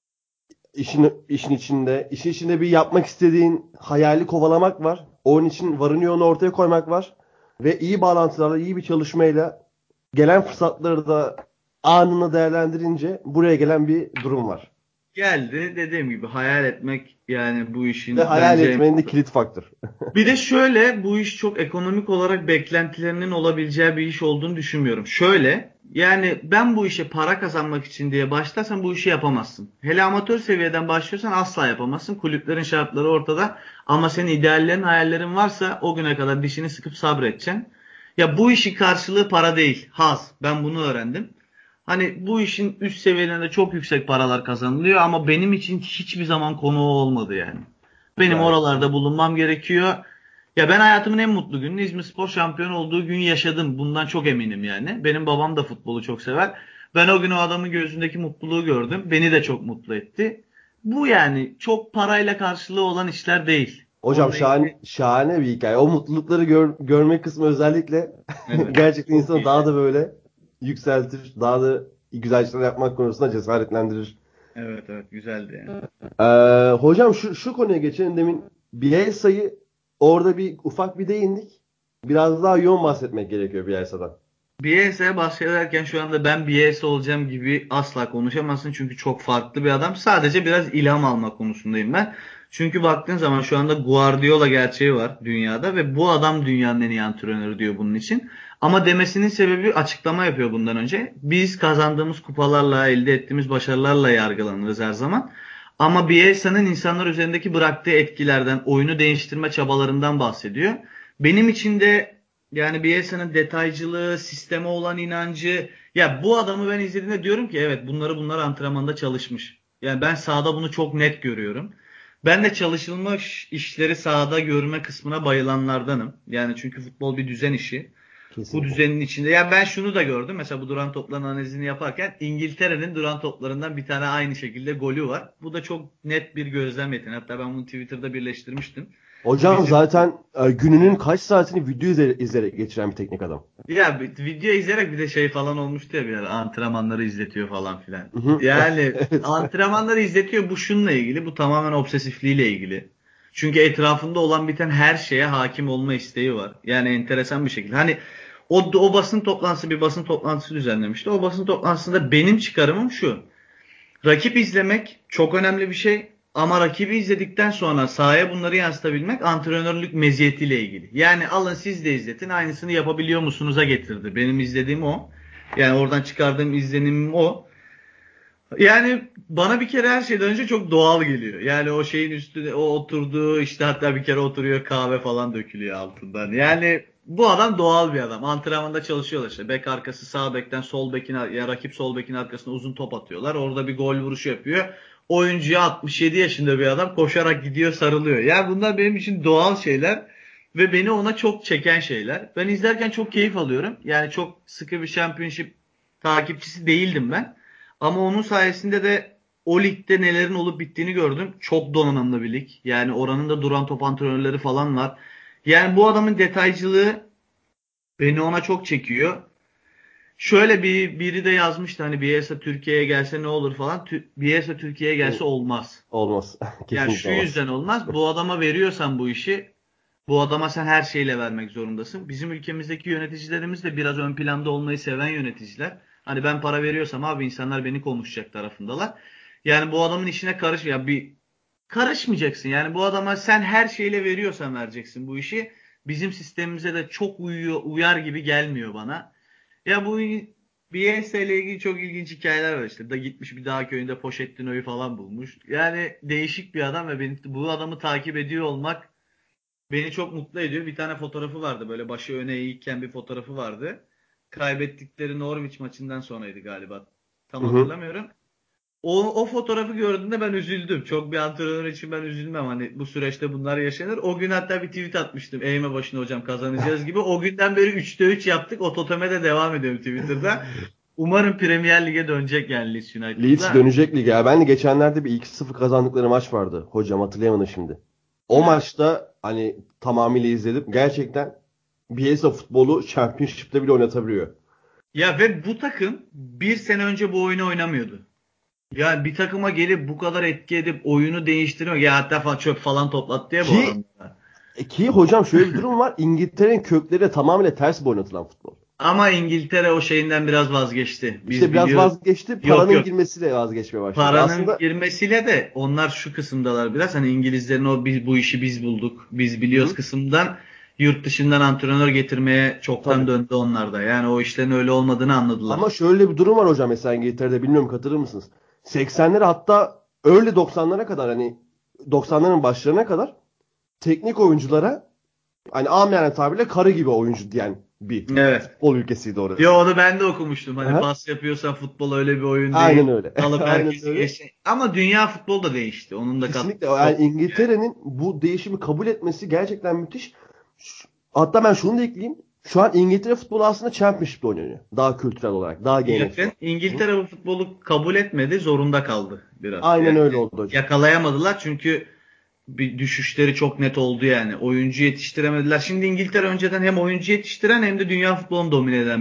İşin içinde. İşin içinde bir yapmak istediğin hayali kovalamak var. Onun için varını yoğunu ortaya koymak var. Ve iyi bağlantılarla, iyi bir çalışmayla gelen fırsatları da anını değerlendirince buraya gelen bir durum var. Geldi dediğim gibi hayal etmek yani bu Ve işin hayal bence etmenin de kilit faktör. bir de şöyle bu iş çok ekonomik olarak beklentilerinin olabileceği bir iş olduğunu düşünmüyorum. Şöyle yani ben bu işe para kazanmak için diye başlarsan bu işi yapamazsın. Hele amatör seviyeden başlıyorsan asla yapamazsın. Kulüplerin şartları ortada ama senin ideallerin hayallerin varsa o güne kadar dişini sıkıp sabredeceksin. Ya bu işin karşılığı para değil, haz. Ben bunu öğrendim. Hani bu işin üst seviyelerinde çok yüksek paralar kazanılıyor ama benim için hiçbir zaman konu o olmadı yani. Benim Gayet güzel. oralarda bulunmam gerekiyor. Ya ben hayatımın en mutlu gününü İzmirspor şampiyon olduğu gün yaşadım. Bundan çok eminim yani. Benim babam da futbolu çok sever. Ben o gün o adamın gözündeki mutluluğu gördüm. Beni de çok mutlu etti. Bu yani çok parayla karşılığı olan işler değil. Hocam Onunla ilgili şahane bir hikaye. O mutlulukları görmek kısmı özellikle evet gerçekten çok insanı daha iyiydi. da böyle yükseltir. Daha da güzel şeyler yapmak konusunda cesaretlendirir. Evet evet güzeldi yani. Hocam şu konuya geçelim. Demin Bielsa'yı orada bir ufak bir değindik. Biraz daha yoğun bahsetmek gerekiyor Bielsa'dan. Bielsa bahsederken şu anda ben Bielsa olacağım gibi asla konuşamazsın. Çünkü çok farklı bir adam. Sadece biraz ilham alma konusundayım ben. Çünkü baktığın zaman şu anda Guardiola gerçeği var dünyada ve bu adam dünyanın en iyi antrenörü diyor bunun için. Ama demesinin sebebi açıklama yapıyor bundan önce. Biz kazandığımız kupalarla, elde ettiğimiz başarılarla yargılanırız her zaman. Ama Bielsa'nın insanlar üzerindeki bıraktığı etkilerden, oyunu değiştirme çabalarından bahsediyor. Benim için de yani Bielsa'nın detaycılığı, sisteme olan inancı. Ya bu adamı ben izlediğimde diyorum ki evet bunlar antrenmanda çalışmış. Yani ben sahada bunu çok net görüyorum. Ben de çalışılmış işleri sahada görme kısmına bayılanlardanım. Yani çünkü futbol bir düzen işi. Bu Kesinlikle. düzenin içinde. Ya ben şunu da gördüm. Mesela bu duran topların analizini yaparken İngiltere'nin duran toplarından bir tane aynı şekilde golü var. Bu da çok net bir gözlem yeteneği. Hatta ben bunu Twitter'da birleştirmiştim. Hocam Bizim zaten gününün evet. kaç saatini video izleyerek geçiren bir teknik adam. Ya video izleyerek bir de şey falan olmuştu ya bir ara antrenmanları izletiyor falan filan. Hı hı. Yani Evet. antrenmanları izletiyor bu şununla ilgili bu tamamen obsesifliğiyle ilgili. Çünkü etrafında olan biten her şeye hakim olma isteği var. Yani enteresan bir şekilde. Hani o basın toplantısı bir basın toplantısı düzenlemişti. O basın toplantısında benim çıkarımım şu. Rakip izlemek çok önemli bir şey. Ama rakibi izledikten sonra sahaya bunları yansıtabilmek antrenörlük meziyetiyle ilgili. Yani alın siz de izletin aynısını yapabiliyor musunuz'a getirdi. Benim izlediğim o. Yani oradan çıkardığım izlenimim o. Yani bana bir kere her şeyden önce çok doğal geliyor. Yani o şeyin üstüne o oturduğu işte hatta bir kere oturuyor kahve falan dökülüyor altından. Yani bu adam doğal bir adam. Antrenmanda çalışıyorlar işte. Bek arkası sağ bekten sol bekin ya rakip sol bekin arkasına uzun top atıyorlar. Orada bir gol vuruşu yapıyor. Oyuncuya 67 yaşında bir adam koşarak gidiyor sarılıyor. Yani bunlar benim için doğal şeyler ve beni ona çok çeken şeyler. Ben izlerken çok keyif alıyorum. Yani çok sıkı bir championship takipçisi değildim ben. Ama onun sayesinde de o ligde nelerin olup bittiğini gördüm. Çok donanımlı bir lig. Yani oranın da duran top antrenörleri falan var. Yani bu adamın detaycılığı beni ona çok çekiyor. Şöyle biri de yazmıştı hani Bielsa Türkiye'ye gelse ne olur falan. Bielsa Türkiye'ye gelse olmaz. Olmaz. Yani Kesinlikle şu olmaz. yüzden olmaz. Bu adama veriyorsan bu işi bu adama sen her şeyle vermek zorundasın. Bizim ülkemizdeki yöneticilerimiz de biraz ön planda olmayı seven yöneticiler. Hani ben para veriyorsam abi insanlar beni konuşacak tarafındalar. Yani bu adamın işine ya bir karışmayacaksın. Yani bu adama sen her şeyle veriyorsan vereceksin bu işi. Bizim sistemimize de çok uyar gibi gelmiyor bana. Ya bu Bielsa ile ilgili çok ilginç hikayeler var işte. Da gitmiş bir dağ köyünde Pochettino'yu falan bulmuş. Yani değişik bir adam ve benim bu adamı takip ediyor olmak beni çok mutlu ediyor. Bir tane fotoğrafı vardı, böyle başı öne eğikken bir fotoğrafı vardı. Kaybettikleri Norwich maçından sonraydı galiba. Tam Hı hı. hatırlamıyorum. O fotoğrafı gördüğümde ben üzüldüm. Çok bir antrenör için ben üzülmem. Hani bu süreçte bunlar yaşanır. O gün hatta bir tweet atmıştım. Eğme başına hocam, kazanacağız gibi. O günden beri 3'te 3 yaptık. O toteme de devam ediyorum Twitter'da. Umarım Premier Lig'e dönecek yani Leeds Leeds United'da. dönecek lige. Ya ben de geçenlerde bir 2-0 kazandıkları maç vardı. Hocam hatırlayamadım şimdi. O Evet. maçta hani tamamıyla izledim. Gerçekten Bielsa futbolu Championship'te bile oynatabiliyor. Ya ve bu takım bir sene önce bu oyunu oynamıyordu. Yani bir takıma gelip bu kadar etki edip oyunu değiştirmek, ya hatta falan çöp falan toplattı ya bu Ki adamlar. ki hocam şöyle bir durum var. İngiltere'nin kökleri tamamıyla ters bir oynatılan futbol. Ama İngiltere o şeyinden biraz vazgeçti. İşte Biz biraz biliyoruz. vazgeçti. Yok Paranın yok. girmesiyle vazgeçmeye başladı. Paranın Aslında girmesiyle de onlar şu kısımdalar biraz. Hani İngilizlerin o biz bu işi biz bulduk, biz hı biliyoruz hı, kısımdan yurt dışından antrenör getirmeye çoktan tabii. döndü onlar da. Yani o işlerin öyle olmadığını anladılar. Ama şöyle bir durum var hocam mesela İngiltere'de bilmiyorum katılır mısınız? 80'lere hatta öyle 90'lara kadar hani 90'ların başlarına kadar teknik oyunculara hani amiyane tabirle karı gibi oyuncu diyen bir Evet. futbol ülkesiydi Yo, orası. onu ben de okumuştum. Hani Aha. pas yapıyorsan futbol öyle bir oyun Aynen değil. öyle. Alıp Aynen herkesi öyle. geçti. Ama dünya futbolu da değişti. Onun da Kesinlikle katkısı yani çok büyük yani. İngiltere'nin bu değişimi kabul etmesi gerçekten müthiş. Hatta ben şunu da ekleyeyim. Şu an İngiltere futbolu aslında Championship'te oynanıyor. Daha kültürel olarak, daha geleneksel Yakın. olarak. Hı? İngiltere bu futbolu kabul etmedi. Zorunda kaldı biraz. Aynen Yani öyle oldu hocam. yakalayamadılar çünkü bir düşüşleri çok net oldu yani. Oyuncu yetiştiremediler. Şimdi İngiltere önceden hem oyuncu yetiştiren hem de dünya futbolunu domine eden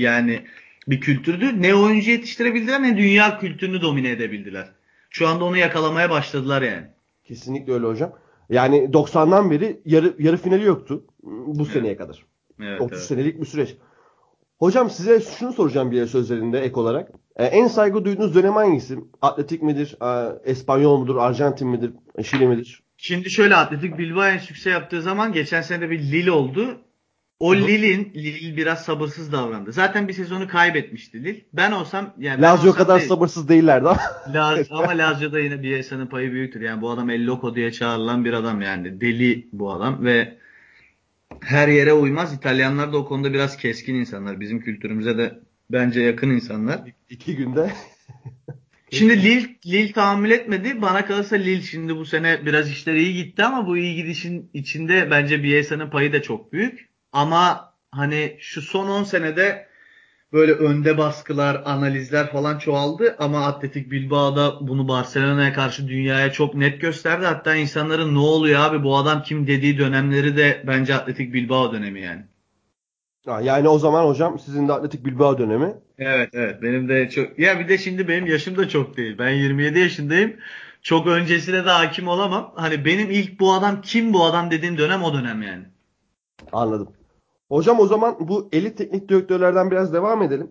bir kültürdü. Ne oyuncu yetiştirebildiler ne dünya kültürünü domine edebildiler. Şu anda onu yakalamaya başladılar yani. Kesinlikle öyle hocam. Yani 90'dan beri yarı finali yoktu bu Evet, seneye kadar. evet, 30 evet. senelik bir süreç. Hocam size şunu soracağım bir sözlerinde ek olarak. En saygı duyduğunuz dönem hangisi? Atletik midir? Espanyol mudur? Arjantin midir? Şili midir? Şimdi şöyle, Atletik Bilbao en sükse yaptığı zaman geçen sene de bir Lille oldu. O Hı hı. Lille biraz sabırsız davrandı. Zaten bir sezonu kaybetmişti Lille. Ben olsam, yani ben Lazio olsam kadar değil. sabırsız değillerdi ama. Ama Lazio'da yine Bielsa'nın payı büyüktür. Yani bu adam El Loco diye çağrılan bir adam yani. Deli bu adam ve her yere uymaz. İtalyanlar da o konuda biraz keskin insanlar. Bizim kültürümüze de bence yakın insanlar. 2 günde. Şimdi Lille tahammül etmedi. Bana kalırsa Lille şimdi bu sene biraz işleri iyi gitti ama bu iyi gidişin içinde bence Bielsa'nın payı da çok büyük. Ama hani şu son 10 senede böyle önde baskılar, analizler falan çoğaldı ama Atletik Bilbao'da bunu Barcelona'ya karşı dünyaya çok net gösterdi. Hatta insanların ne oluyor abi bu adam kim dediği dönemleri de bence Atletik Bilbao dönemi yani. Yani o zaman hocam sizin de Atletik Bilbao dönemi. Evet, evet, benim de çok, ya bir de şimdi benim yaşım da çok değil. Ben 27 yaşındayım. Çok öncesine de hakim olamam. Hani benim ilk bu adam kim bu adam dediğim dönem o dönem yani. Anladım. Hocam o zaman bu elit teknik direktörlerden biraz devam edelim.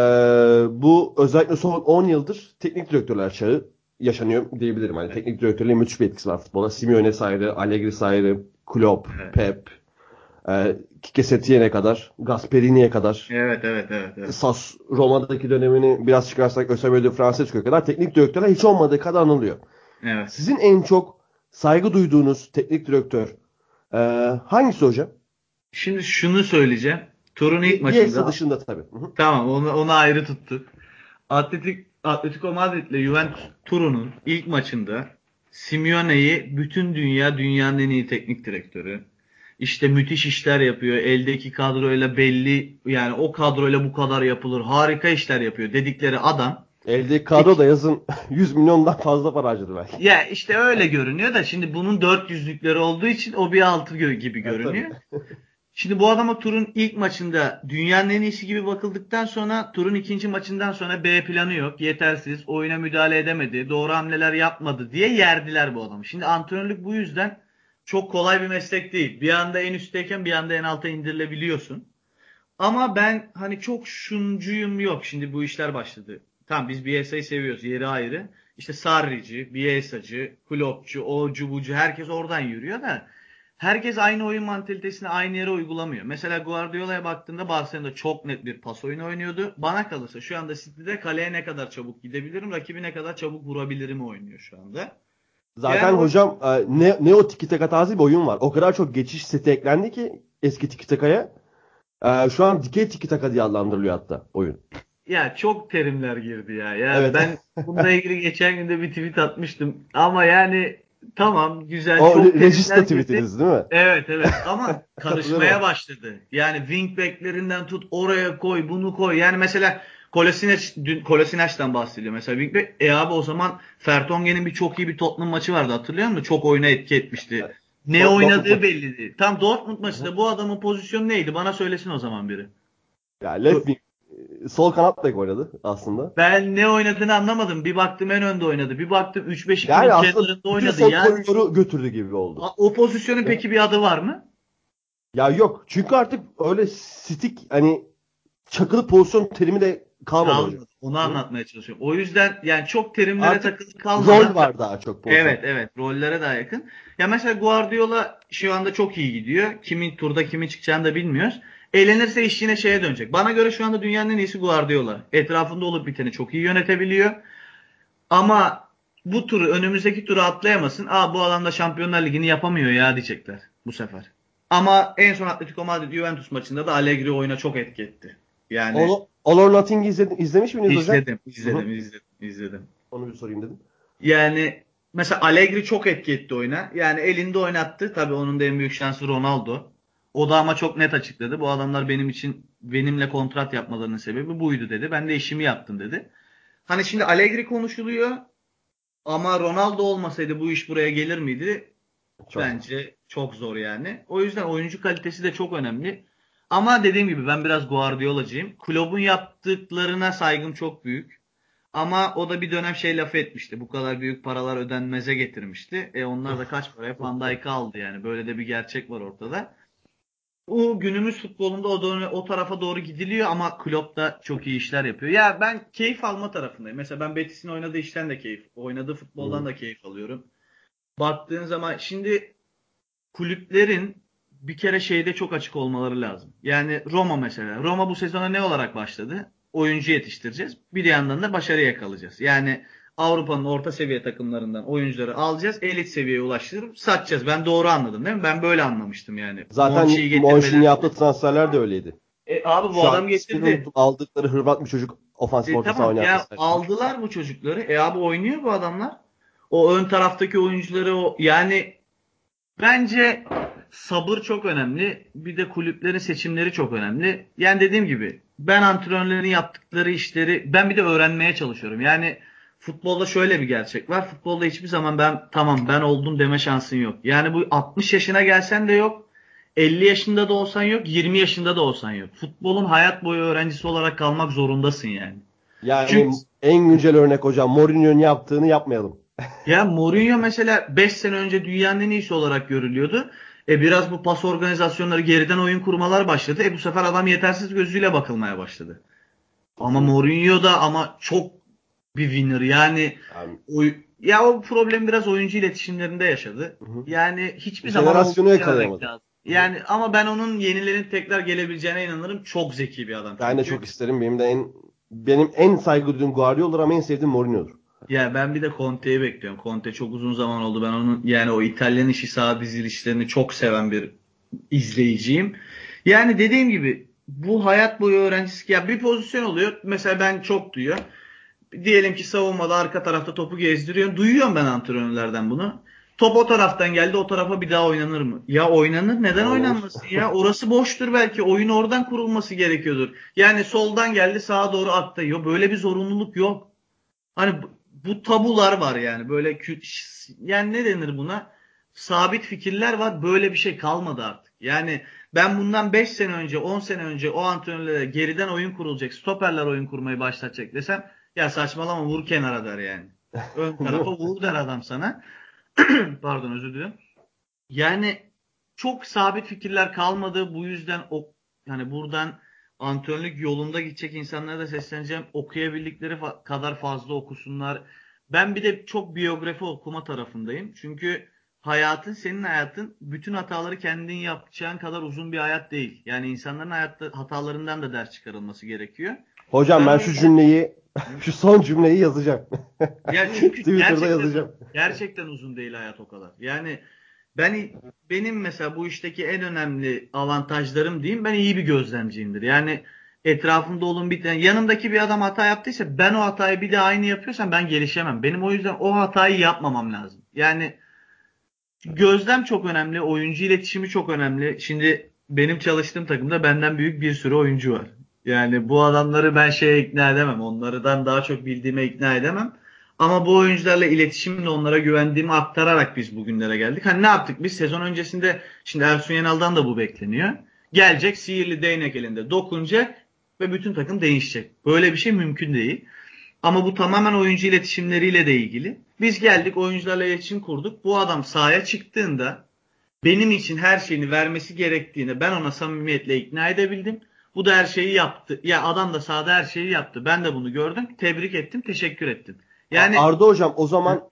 Bu özellikle son 10 yıldır teknik direktörler çağı yaşanıyor diyebilirim. Hani Evet, teknik direktörlerin müthiş bir etkisi var futbola. Simeone ayrı, Allegri ayrı, Klopp, evet, Pep, Quique Setien'e kadar, Gasperini'ye kadar, evet, evet, evet, evet. Roma'daki dönemini biraz çıkarsak Eusebio de Francesco'ya kadar teknik direktörler hiç olmadığı kadar anılıyor. Evet. Sizin en çok saygı duyduğunuz teknik direktör e, hangisi hocam? Şimdi şunu söyleyeceğim. Turun ilk Bielsa maçında, dışında tabii. Hı hı. tamam, onu ayrı tuttuk. Atletico Madrid ile Juventus turunun ilk maçında Simeone'yi bütün dünyanın en iyi teknik direktörü. İşte müthiş işler yapıyor. Eldeki kadroyla belli, yani o kadroyla bu kadar yapılır. Harika işler yapıyor dedikleri adam. Eldeki kadro İki, da yazın 100 milyondan fazla para harcadı belki. ya işte öyle görünüyor da şimdi bunun 400'lükleri olduğu için o bir altı gibi Tabii. görünüyor. Şimdi bu adama turun ilk maçında dünyanın en iyisi gibi bakıldıktan sonra turun ikinci maçından sonra B planı yok. Yetersiz. Oyuna müdahale edemedi. Doğru hamleler yapmadı diye yerdiler bu adamı. Şimdi antrenörlük bu yüzden çok kolay bir meslek değil. Bir anda en üstteyken bir anda en alta indirilebiliyorsun. Ama ben hani çok şuncuyum yok. Şimdi bu işler başladı. Tamam, biz BSA'yı seviyoruz. Yeri ayrı. İşte Sarrici, BSA'cı, Kloppçu, ocu bucu herkes oradan yürüyor da herkes aynı oyun mantalitesini aynı yere uygulamıyor. Mesela Guardiola'ya baktığında Barcelona'da çok net bir pas oyunu oynuyordu. Bana kalırsa şu anda City'de kaleye ne kadar çabuk gidebilirim, rakibi ne kadar çabuk vurabilirim oynuyor şu anda. Zaten Yani hocam ne o tiki taka tarzı bir oyun var. O kadar çok geçiş seti eklendi ki eski tiki takaya. Şu an dikey tiki taka diye adlandırılıyor hatta oyun. ya çok terimler girdi ya. Ya Evet. ben bununla ilgili geçen gün de bir tweet atmıştım. Ama yani tamam güzel O çok terimler Regista girdi. tweetiniz değil mi? Evet evet ama karışmaya Katılıyorum. başladı. Yani wingbacklerinden tut oraya koy bunu koy. Yani mesela Kolasinaç'tan bahsediyor. Mesela wingback abi o zaman Vertonghen'in çok iyi bir Tottenham maçı vardı hatırlıyor musun? Çok oyuna etki etmişti. Ne Dortmund oynadığı maçı. belliydi. Tam Dortmund Hı hı. maçında bu adamın pozisyonu neydi? Bana söylesin o zaman biri. Ya left wing sol kanat bek oynadı aslında. Ben ne oynadığını anlamadım. Bir baktım en önde oynadı. Bir baktım 3-5-2'nin Yani aslında kenarında bütün oynadı. sol Yani koridoru götürdü gibi oldu. o pozisyonun Ya, peki bir adı var mı? ya yok. Çünkü artık öyle stick hani çakılı pozisyon terimi de kalmadı hocam. Kalmadı. Onu Hı? anlatmaya çalışıyorum. O yüzden yani çok terimlere Artık takılı rol kalmadan var daha çok evet pozisyonda. evet rollere daha yakın. Ya mesela Guardiola şu anda çok iyi gidiyor. Kimin turda kimin çıkacağını da bilmiyoruz. Eğlenirse iş yine şeye dönecek. Bana göre şu anda dünyanın en iyisi Guardiola. Etrafında olup biteni çok iyi yönetebiliyor. Ama bu turu önümüzdeki turu atlayamasın. Aa bu adam da Şampiyonlar Ligi'ni yapamıyor ya diyecekler bu sefer. Ama en son Atletico Madrid Juventus maçında da Allegri oyuna çok etki etti. Yani All or Nothing'i izlemiş miydiniz hocam? izledim, Hı hı. izledim, izledim, izledim. Onu bir sorayım dedim. Yani mesela Allegri çok etki etti oyuna. Yani elinde oynattı. Tabii onun da en büyük şansı Ronaldo. O da ama çok net açıkladı. Bu adamlar benim için benimle kontrat yapmalarının sebebi buydu dedi. Ben de işimi yaptım dedi. Hani şimdi Allegri konuşuluyor. Ama Ronaldo olmasaydı bu iş buraya gelir miydi? Çok zor. Bence çok zor yani. O yüzden oyuncu kalitesi de çok önemli. Ama dediğim gibi ben biraz Guardiola'cıyım. Kulübün yaptıklarına saygım çok büyük. Ama o da bir dönem şey lafı etmişti. Bu kadar büyük paralar ödenmeze getirmişti. Onlar da kaç paraya Van Dijk'ı aldı yani. Böyle de bir gerçek var ortada. Bu günümüz futbolunda o tarafa doğru gidiliyor ama Klopp da çok iyi işler yapıyor. Ya ben keyif alma tarafındayım. Mesela ben Betis'in oynadığı işten de oynadığı futboldan Hı. da keyif alıyorum. Baktığın zaman şimdi kulüplerin bir kere şeyde çok açık olmaları lazım. Yani Roma mesela. Roma bu sezona ne olarak başladı? Oyuncu yetiştireceğiz. Bir yandan da başarı yakalayacağız. Yani Avrupa'nın orta seviye takımlarından oyuncuları alacağız. Elit seviyeye ulaştırıp satacağız. Ben doğru anladım değil mi? Ben böyle anlamıştım yani. Zaten Monchi'yi Monchi'nin getirmeleri. yaptığı transferler de öyleydi. Abi bu Şu an adam ismini getirdi. aldıkları Hırvat bir çocuk ofansif orta saha Tamam oynayan ya mesela. aldılar bu çocukları. Abi oynuyor bu adamlar. O ön taraftaki oyuncuları yani bence sabır çok önemli. Bir de kulüplerin seçimleri çok önemli. Yani dediğim gibi ben antrenörlerin yaptıkları işleri ben bir de öğrenmeye çalışıyorum. Yani futbolda şöyle bir gerçek var. Futbolda hiçbir zaman ben oldum deme şansın yok. Yani bu 60 yaşına gelsen de yok. 50 yaşında da olsan yok, 20 yaşında da olsan yok. Futbolun hayat boyu öğrencisi olarak kalmak zorundasın yani. Çünkü Yani en güncel örnek hocam Mourinho'nun yaptığını yapmayalım. ya Mourinho mesela 5 sene önce dünyanın en iyisi olarak görülüyordu. Biraz bu pas organizasyonları geriden oyun kurmalar başladı. Bu sefer adam yetersiz gözüyle bakılmaya başladı. Ama Kesinlikle. Mourinho da ama çok bir winner. Yani Yani, ya o problem biraz oyuncu iletişimlerinde yaşadı. hı hı. Yani hiçbir zaman olduğunu Jenerasyonu dememek yakalayamadı. lazım. Hı hı. Yani ama ben onun yenilerin tekrar gelebileceğine inanırım. Çok zeki bir adam Ben de çünkü. çok isterim. Benim en saygı duyduğum Guardiola'dır ama en sevdiğim Mourinho'dur. Ya ben bir de Conte'yi bekliyorum. Conte çok uzun zaman oldu. Ben onun yani o İtalyan işi saha dizilişlerini çok seven bir izleyiciyim. Yani dediğim gibi bu hayat boyu öğrencisi ya bir pozisyon oluyor. Mesela ben çok duyuyor. Diyelim ki savunmada arka tarafta topu gezdiriyor. Duyuyorum ben antrenörlerden bunu. Top o taraftan geldi o tarafa bir daha oynanır mı? Ya oynanır neden Oynanır. oynanmasın ya? Orası boştur belki oyun oradan kurulması gerekiyordur. Yani soldan geldi sağa doğru attı. Yok böyle bir zorunluluk yok. Hani bu tabular var yani böyle yani ne denir buna? Sabit fikirler var. Böyle bir şey kalmadı artık. Yani ben bundan 5 sene önce, 10 sene önce o antrenörlere geriden oyun kurulacak, stoperler oyun kurmayı başlatacak desem ya saçmalama vur kenara der yani. Ön Değil mi? tarafa vur der adam sana. Pardon özür dilerim. Yani çok sabit fikirler kalmadı. Bu yüzden yani buradan antrenörlük yolunda gidecek insanlara da sesleneceğim. Okuyabildikleri kadar fazla okusunlar. Ben bir de çok biyografi okuma tarafındayım. Çünkü senin hayatın bütün hataları kendin yapacağın kadar uzun bir hayat değil. Yani insanların hatalarından da ders çıkarılması gerekiyor. Hocam Ben ben o şu yüzden cümleyi Şu son cümleyi yazacağım. Ya çünkü Twitter'da yazacağım. gerçekten uzun değil hayat o kadar. Yani benim mesela bu işteki en önemli avantajlarım diyeyim, ben iyi bir gözlemciyimdir. Yani etrafımda olun bir tane yanımdaki bir adam hata yaptıysa ben o hatayı bir de aynı yapıyorsam ben gelişemem. Benim o yüzden o hatayı yapmamam lazım. Yani gözlem çok önemli, oyuncu iletişimi çok önemli. Şimdi benim çalıştığım takımda benden büyük bir sürü oyuncu var. Yani bu adamları ben şeye ikna edemem. Onlardan daha çok bildiğime ikna edemem. Ama bu oyuncularla iletişimle onlara güvendiğimi aktararak biz bugünlere geldik. Hani ne yaptık biz? Sezon öncesinde şimdi Ersun Yanal'dan da bu bekleniyor. Gelecek sihirli değnek elinde dokunacak ve bütün takım değişecek. Böyle bir şey mümkün değil. Ama bu tamamen oyuncu iletişimleriyle de ilgili. Biz geldik oyuncularla iletişim kurduk. Bu adam sahaya çıktığında benim için her şeyini vermesi gerektiğini ben ona samimiyetle ikna edebildim. Bu da her şeyi yaptı. Ya adam da sahada her şeyi yaptı. Ben de bunu gördüm. Tebrik ettim, teşekkür ettim. Yani Arda hocam o zaman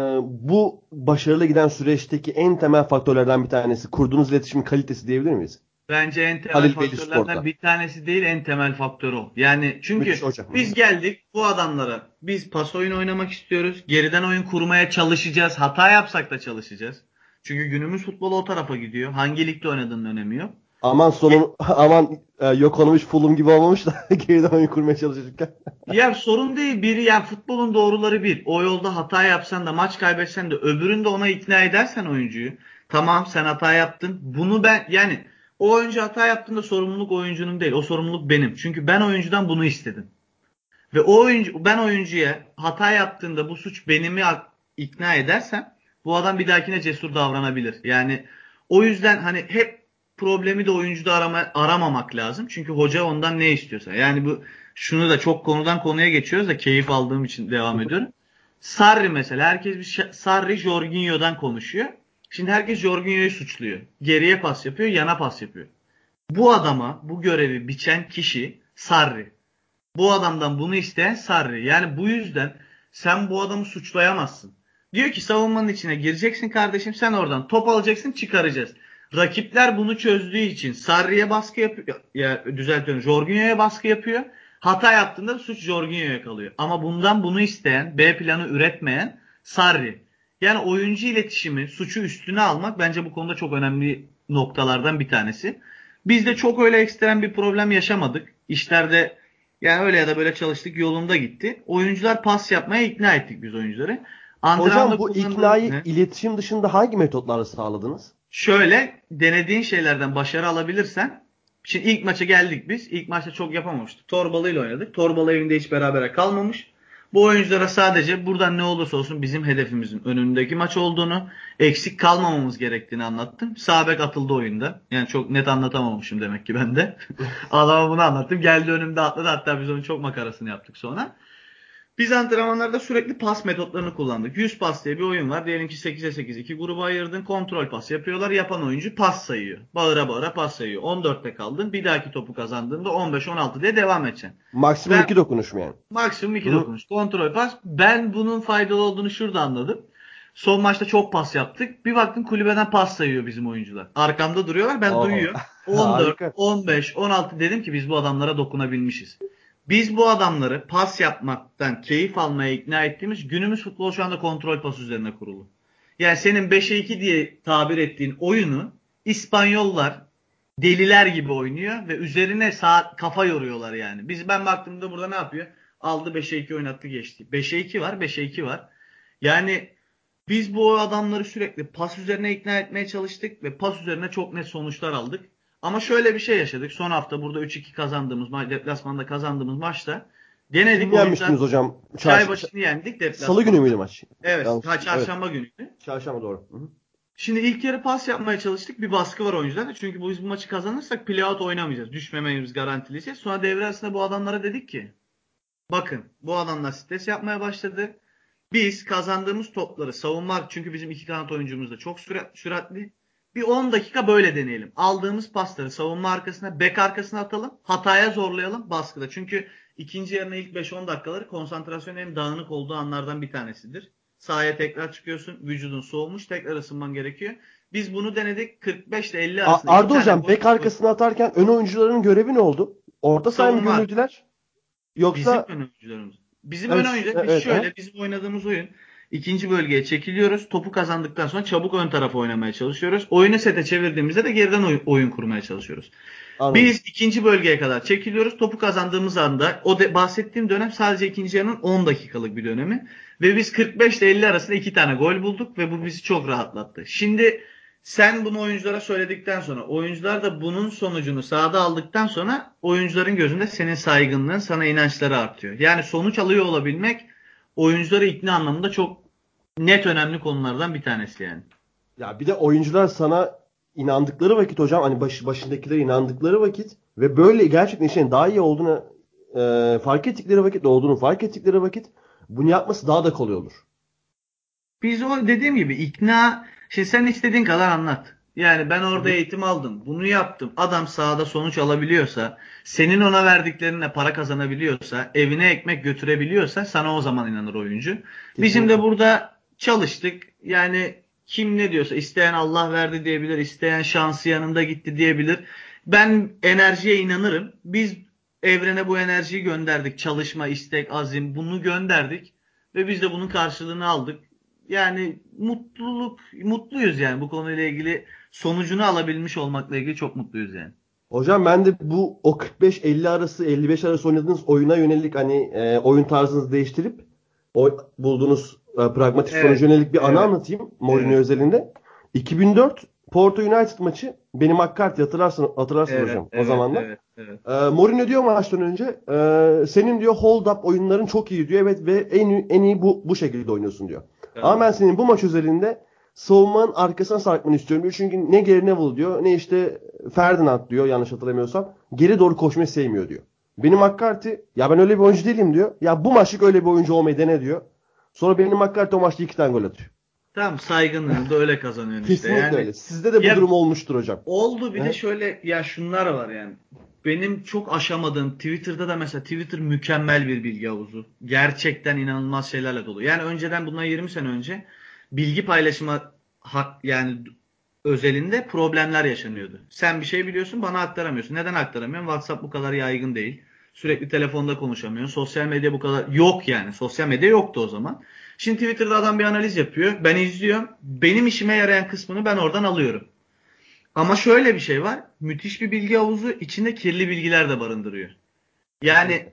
bu başarılı giden süreçteki en temel faktörlerden bir tanesi kurduğunuz iletişimin kalitesi diyebilir miyiz? bence en temel Halil Veli faktörlerden Spor'da. bir tanesi değil, en temel faktör o. Yani Müthiş çünkü hocam. Hı biz hı. geldik bu adamlara biz pas oyunu oynamak istiyoruz. Geriden oyun kurmaya çalışacağız. Hata yapsak da çalışacağız. Çünkü günümüz futbolu o tarafa gidiyor. Hangi ligde oynadığının önemi yok. Aman sonun aman yok olmuş Fulham gibi olmamış da geriden oyun kurmaya çalışırken. Ya sorun değil. Biri yani futbolun doğruları bir. O yolda hata yapsan da maç kaybetsen de öbüründe ona ikna edersen oyuncuyu. Tamam sen hata yaptın. Bunu ben yani o oyuncu hata yaptığında sorumluluk oyuncunun değil. O sorumluluk benim. Çünkü ben oyuncudan bunu istedim. Ve o oyuncu ben oyuncuya hata yaptığında bu suç benimi ikna edersem bu adam bir dahakine cesur davranabilir. Yani o yüzden hani hep problemi de oyuncuda aramamak lazım. Çünkü hoca ondan ne istiyorsa. Yani bu şunu da çok konudan konuya geçiyoruz da keyif aldığım için devam ediyorum. Sarri mesela herkes Sarri Jorginho'dan konuşuyor. Şimdi herkes Jorginho'yu suçluyor. Geriye pas yapıyor, yana pas yapıyor. Bu adama bu görevi biçen kişi Sarri. Bu adamdan bunu isteyen Sarri. Yani bu yüzden sen bu adamı suçlayamazsın. Diyor ki savunmanın içine gireceksin kardeşim, sen oradan top alacaksın, çıkaracağız. Rakipler bunu çözdüğü için Sarri'ye baskı yapıyor. Ya düzeltiyorum. Jorginho'ya baskı yapıyor. Hata yaptığında suç Jorginho'ya kalıyor. Ama bundan bunu isteyen, B planı üretmeyen Sarri. Yani oyuncu iletişimi, suçu üstüne almak bence bu konuda çok önemli noktalardan bir tanesi. Biz de çok öyle ekstrem bir problem yaşamadık. İşlerde yani öyle ya da böyle çalıştık, yolunda gitti. Oyuncular pas yapmaya ikna ettik biz oyuncuları. Hocam Antrenmanda bu kullandığımız iknayı ne? iletişim dışında hangi metotlarla sağladınız? Şöyle denediğin şeylerden başarı alabilirsen. Şimdi ilk maça geldik biz. İlk maçta çok yapamamıştık. Torbalı ile oynadık. Torbalı evinde hiç berabere kalmamış. Bu oyunculara sadece buradan ne olursa olsun bizim hedefimizin önündeki maç olduğunu, eksik kalmamamız gerektiğini anlattım. Sağ bek atıldı oyunda. Yani çok net anlatamamışım demek ki ben de. Adama bunu anlattım. Geldi önümde atladı. Hatta biz onun çok makarasını yaptık sonra. Biz antrenmanlarda sürekli pas metotlarını kullandık. 100 pas diye bir oyun var. Diyelim ki 8'e 8 iki gruba ayırdın. Kontrol pas yapıyorlar. Yapan oyuncu pas sayıyor. Bağıra bağıra pas sayıyor. 14'te kaldın. Bir dahaki topu kazandığında 15-16 diye devam edeceksin. Maksimum Ben 2 dokunuş mu yani? maksimum Hı 2 hı. dokunuş. Kontrol pas. Ben bunun faydalı olduğunu şurada anladım. Son maçta çok pas yaptık. Bir baktım kulübeden pas sayıyor bizim oyuncular. Arkamda duruyorlar. Ben Oo. duyuyorum. 14, Harika. 15, 16 dedim ki biz bu adamlara dokunabilmişiz. Biz bu adamları pas yapmaktan keyif almaya ikna ettiğimiz günümüz futbolu şu anda kontrol pas üzerine kurulu. Yani senin 5'e 2 diye tabir ettiğin oyunu İspanyollar deliler gibi oynuyor ve üzerine kafa yoruyorlar yani. Ben baktığımda burada ne yapıyor? Aldı 5'e 2 oynattı geçti. 5'e 2 var, 5'e 2 var. Yani biz bu adamları sürekli pas üzerine ikna etmeye çalıştık ve pas üzerine çok net sonuçlar aldık. Ama şöyle bir şey yaşadık. Son hafta burada 3-2 kazandığımız maç, deplasmanda kazandığımız maçta denedik Kim oyuncular yenmiştiniz hocam? Çaybaşı'nı yendik Salı günü deplasmanda. müydü maç? Evet, Yanlış. Evet. çarşamba günüydü. Çarşamba doğru. Hı hı. Şimdi ilk yarı pas yapmaya çalıştık. Bir baskı var oyuncularda. Çünkü biz bu maçı kazanırsak playout oynamayacağız. Düşmememiz garantileyeceğiz. Sonra devre arasında bu adamlara dedik ki bakın bu adamlar stres yapmaya başladı. Biz kazandığımız topları savunmak çünkü bizim iki kanat oyuncumuz da çok süratli. Bir 10 dakika böyle deneyelim. Aldığımız pasları savunma arkasına, bek arkasına atalım. Hataya zorlayalım baskıda. Çünkü ikinci yarının ilk 5-10 dakikaları konsantrasyonun en dağınık olduğu anlardan bir tanesidir. Sahaya tekrar çıkıyorsun. Vücudun soğumuş. Tekrar ısınman gerekiyor. Biz bunu denedik. 45 ile 50 arasında iki Arda tane hocam gol. bek arkasına atarken ön oyuncuların görevi ne oldu? Orta sahaya mı Savunma gömüldüler? bizim Yoksa ön oyuncularımız. Bizim ön Evet, oyuncular biz evet, şöyle bizim oynadığımız oyun ikinci bölgeye çekiliyoruz. Topu kazandıktan sonra çabuk ön tarafa oynamaya çalışıyoruz. Oyunu sete çevirdiğimizde de geriden oyun kurmaya çalışıyoruz. anladım. Biz ikinci bölgeye kadar çekiliyoruz. Topu kazandığımız anda bahsettiğim dönem sadece ikinci yarının 10 dakikalık bir dönemi. Ve biz 45 ile 50 arasında 2 tane gol bulduk ve bu bizi çok rahatlattı. Şimdi sen bunu oyunculara söyledikten sonra oyuncular da bunun sonucunu sahada aldıktan sonra oyuncuların gözünde senin saygınlığın, sana inançları artıyor. Yani sonuç alıyor olabilmek oyuncuları ikna anlamında çok net önemli konulardan bir tanesi yani. Ya bir de oyuncular sana inandıkları vakit hocam, hani başındakiler inandıkları vakit ve böyle gerçekten işin daha iyi olduğunu fark ettikleri vakit, ne olduğunu fark ettikleri vakit bunu yapması daha da kolay olur. Biz o dediğim gibi şimdi sen istediğin kadar anlat. Yani ben Hı orada hı. eğitim aldım, bunu yaptım. Adam sahada sonuç alabiliyorsa, senin ona verdiklerine para kazanabiliyorsa, evine ekmek götürebiliyorsa sana o zaman inanır oyuncu. Bizim de Kesinlikle. burada çalıştık. Yani kim ne diyorsa isteyen Allah verdi diyebilir, isteyen şansı yanında gitti diyebilir. Ben enerjiye inanırım. Biz evrene bu enerjiyi gönderdik. Çalışma, istek, azim bunu gönderdik ve biz de bunun karşılığını aldık. Yani mutluyuz yani bu konuyla ilgili sonucunu alabilmiş olmakla ilgili çok mutluyuz yani. Hocam ben de bu o 45-50 arası 55 arası oynadığınız oyuna yönelik hani oyun tarzınızı değiştirip bulduğunuz pragmatik sonuca Evet, yönelik bir anı evet, anlatayım Mourinho evet, özelinde. 2004 Porto United maçı, benim McCarthy hatırlarsın evet, hocam o evet, zamanlar. evet, evet. Mourinho diyor maçtan önce senin diyor hold up oyunların çok iyi diyor. Evet ve en iyi bu şekilde oynuyorsun diyor. Ama ben Tamam. senin bu maç üzerinde savunmanın arkasına sarkmanı istiyorum diyor. Çünkü ne Gary Neville diyor ne işte Ferdinand diyor, yanlış hatırlamıyorsam, geri doğru koşmayı sevmiyor diyor. Benim McCarthy, ya ben öyle bir oyuncu değilim diyor. Ya bu maçlık öyle bir oyuncu olmayı dene diyor. Sonra benim McCarthy o maçta 2 tane gol atıyor. Tamam saygınlığını da öyle kazanıyorsun işte. Kesinlikle Yani öyle. Sizde de bu ya durum olmuştur hocam. oldu bir de Hı? şöyle ya şunlar var yani. Benim çok aşamadığım Twitter'da da mesela Twitter mükemmel bir bilgi havuzu. Gerçekten inanılmaz şeylerle dolu. Yani önceden bundan 20 sene önce bilgi paylaşımı yani özelinde problemler yaşanıyordu. Sen bir şey biliyorsun bana aktaramıyorsun. Neden aktaramıyorsun? WhatsApp bu kadar yaygın değil. Sürekli telefonda konuşamıyorsun. Sosyal medya bu kadar yok yani. Sosyal medya yoktu o zaman. Şimdi Twitter'da adam bir analiz yapıyor. Ben izliyorum. Benim işime yarayan kısmını ben oradan alıyorum. Ama şöyle bir şey var. Müthiş bir bilgi havuzu içinde kirli bilgiler de barındırıyor. Yani Kesinlikle.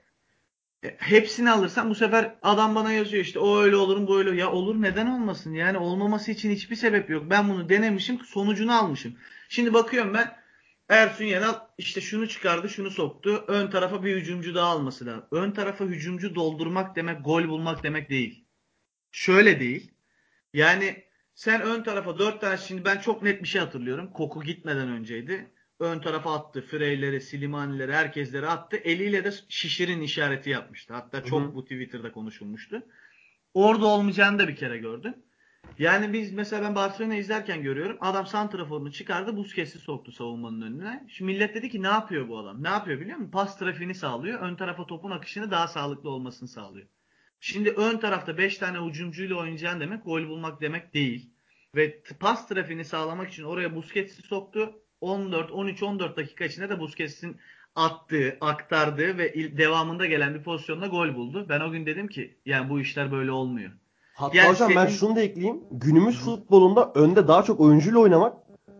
hepsini alırsam bu sefer adam bana yazıyor işte o öyle olur mu bu öyle. Ya olur neden olmasın? Yani olmaması için hiçbir sebep yok. Ben bunu denemişim sonucunu almışım. Şimdi bakıyorum ben Ersun Yanal işte şunu çıkardı şunu soktu. Ön tarafa bir hücumcu daha alması lazım. Ön tarafa hücumcu doldurmak demek gol bulmak demek değil. Şöyle değil. Yani sen ön tarafa 4 tane şimdi ben çok net bir şey hatırlıyorum. Koku gitmeden önceydi. Ön tarafa attı. Freyleri, Silimanileri, herkesleri attı. Eliyle de şişirin işareti yapmıştı. Hatta Hı çok hı. bu Twitter'da konuşulmuştu. Orada olmayacağını da bir kere gördüm. Yani biz mesela ben Barcelona izlerken görüyorum. Adam santraforunu çıkardı. Busquets'i soktu savunmanın önüne. Şimdi millet dedi ki ne yapıyor bu adam? Ne yapıyor biliyor musun? Pas trafiğini sağlıyor. Ön tarafa topun akışını daha sağlıklı olmasını sağlıyor. Şimdi ön tarafta 5 tane hücumcuyla oynayacağın demek gol bulmak demek değil. Ve pas trafiğini sağlamak için oraya Busquets'i soktu. 14, 13, 14 dakika içinde de Busquets'in attığı, aktardığı ve devamında gelen bir pozisyonla gol buldu. Ben o gün dedim ki yani bu işler böyle olmuyor. Hatta Yani hocam ben senin şunu da ekleyeyim. Günümüz futbolunda önde daha çok oyuncuyla oynamak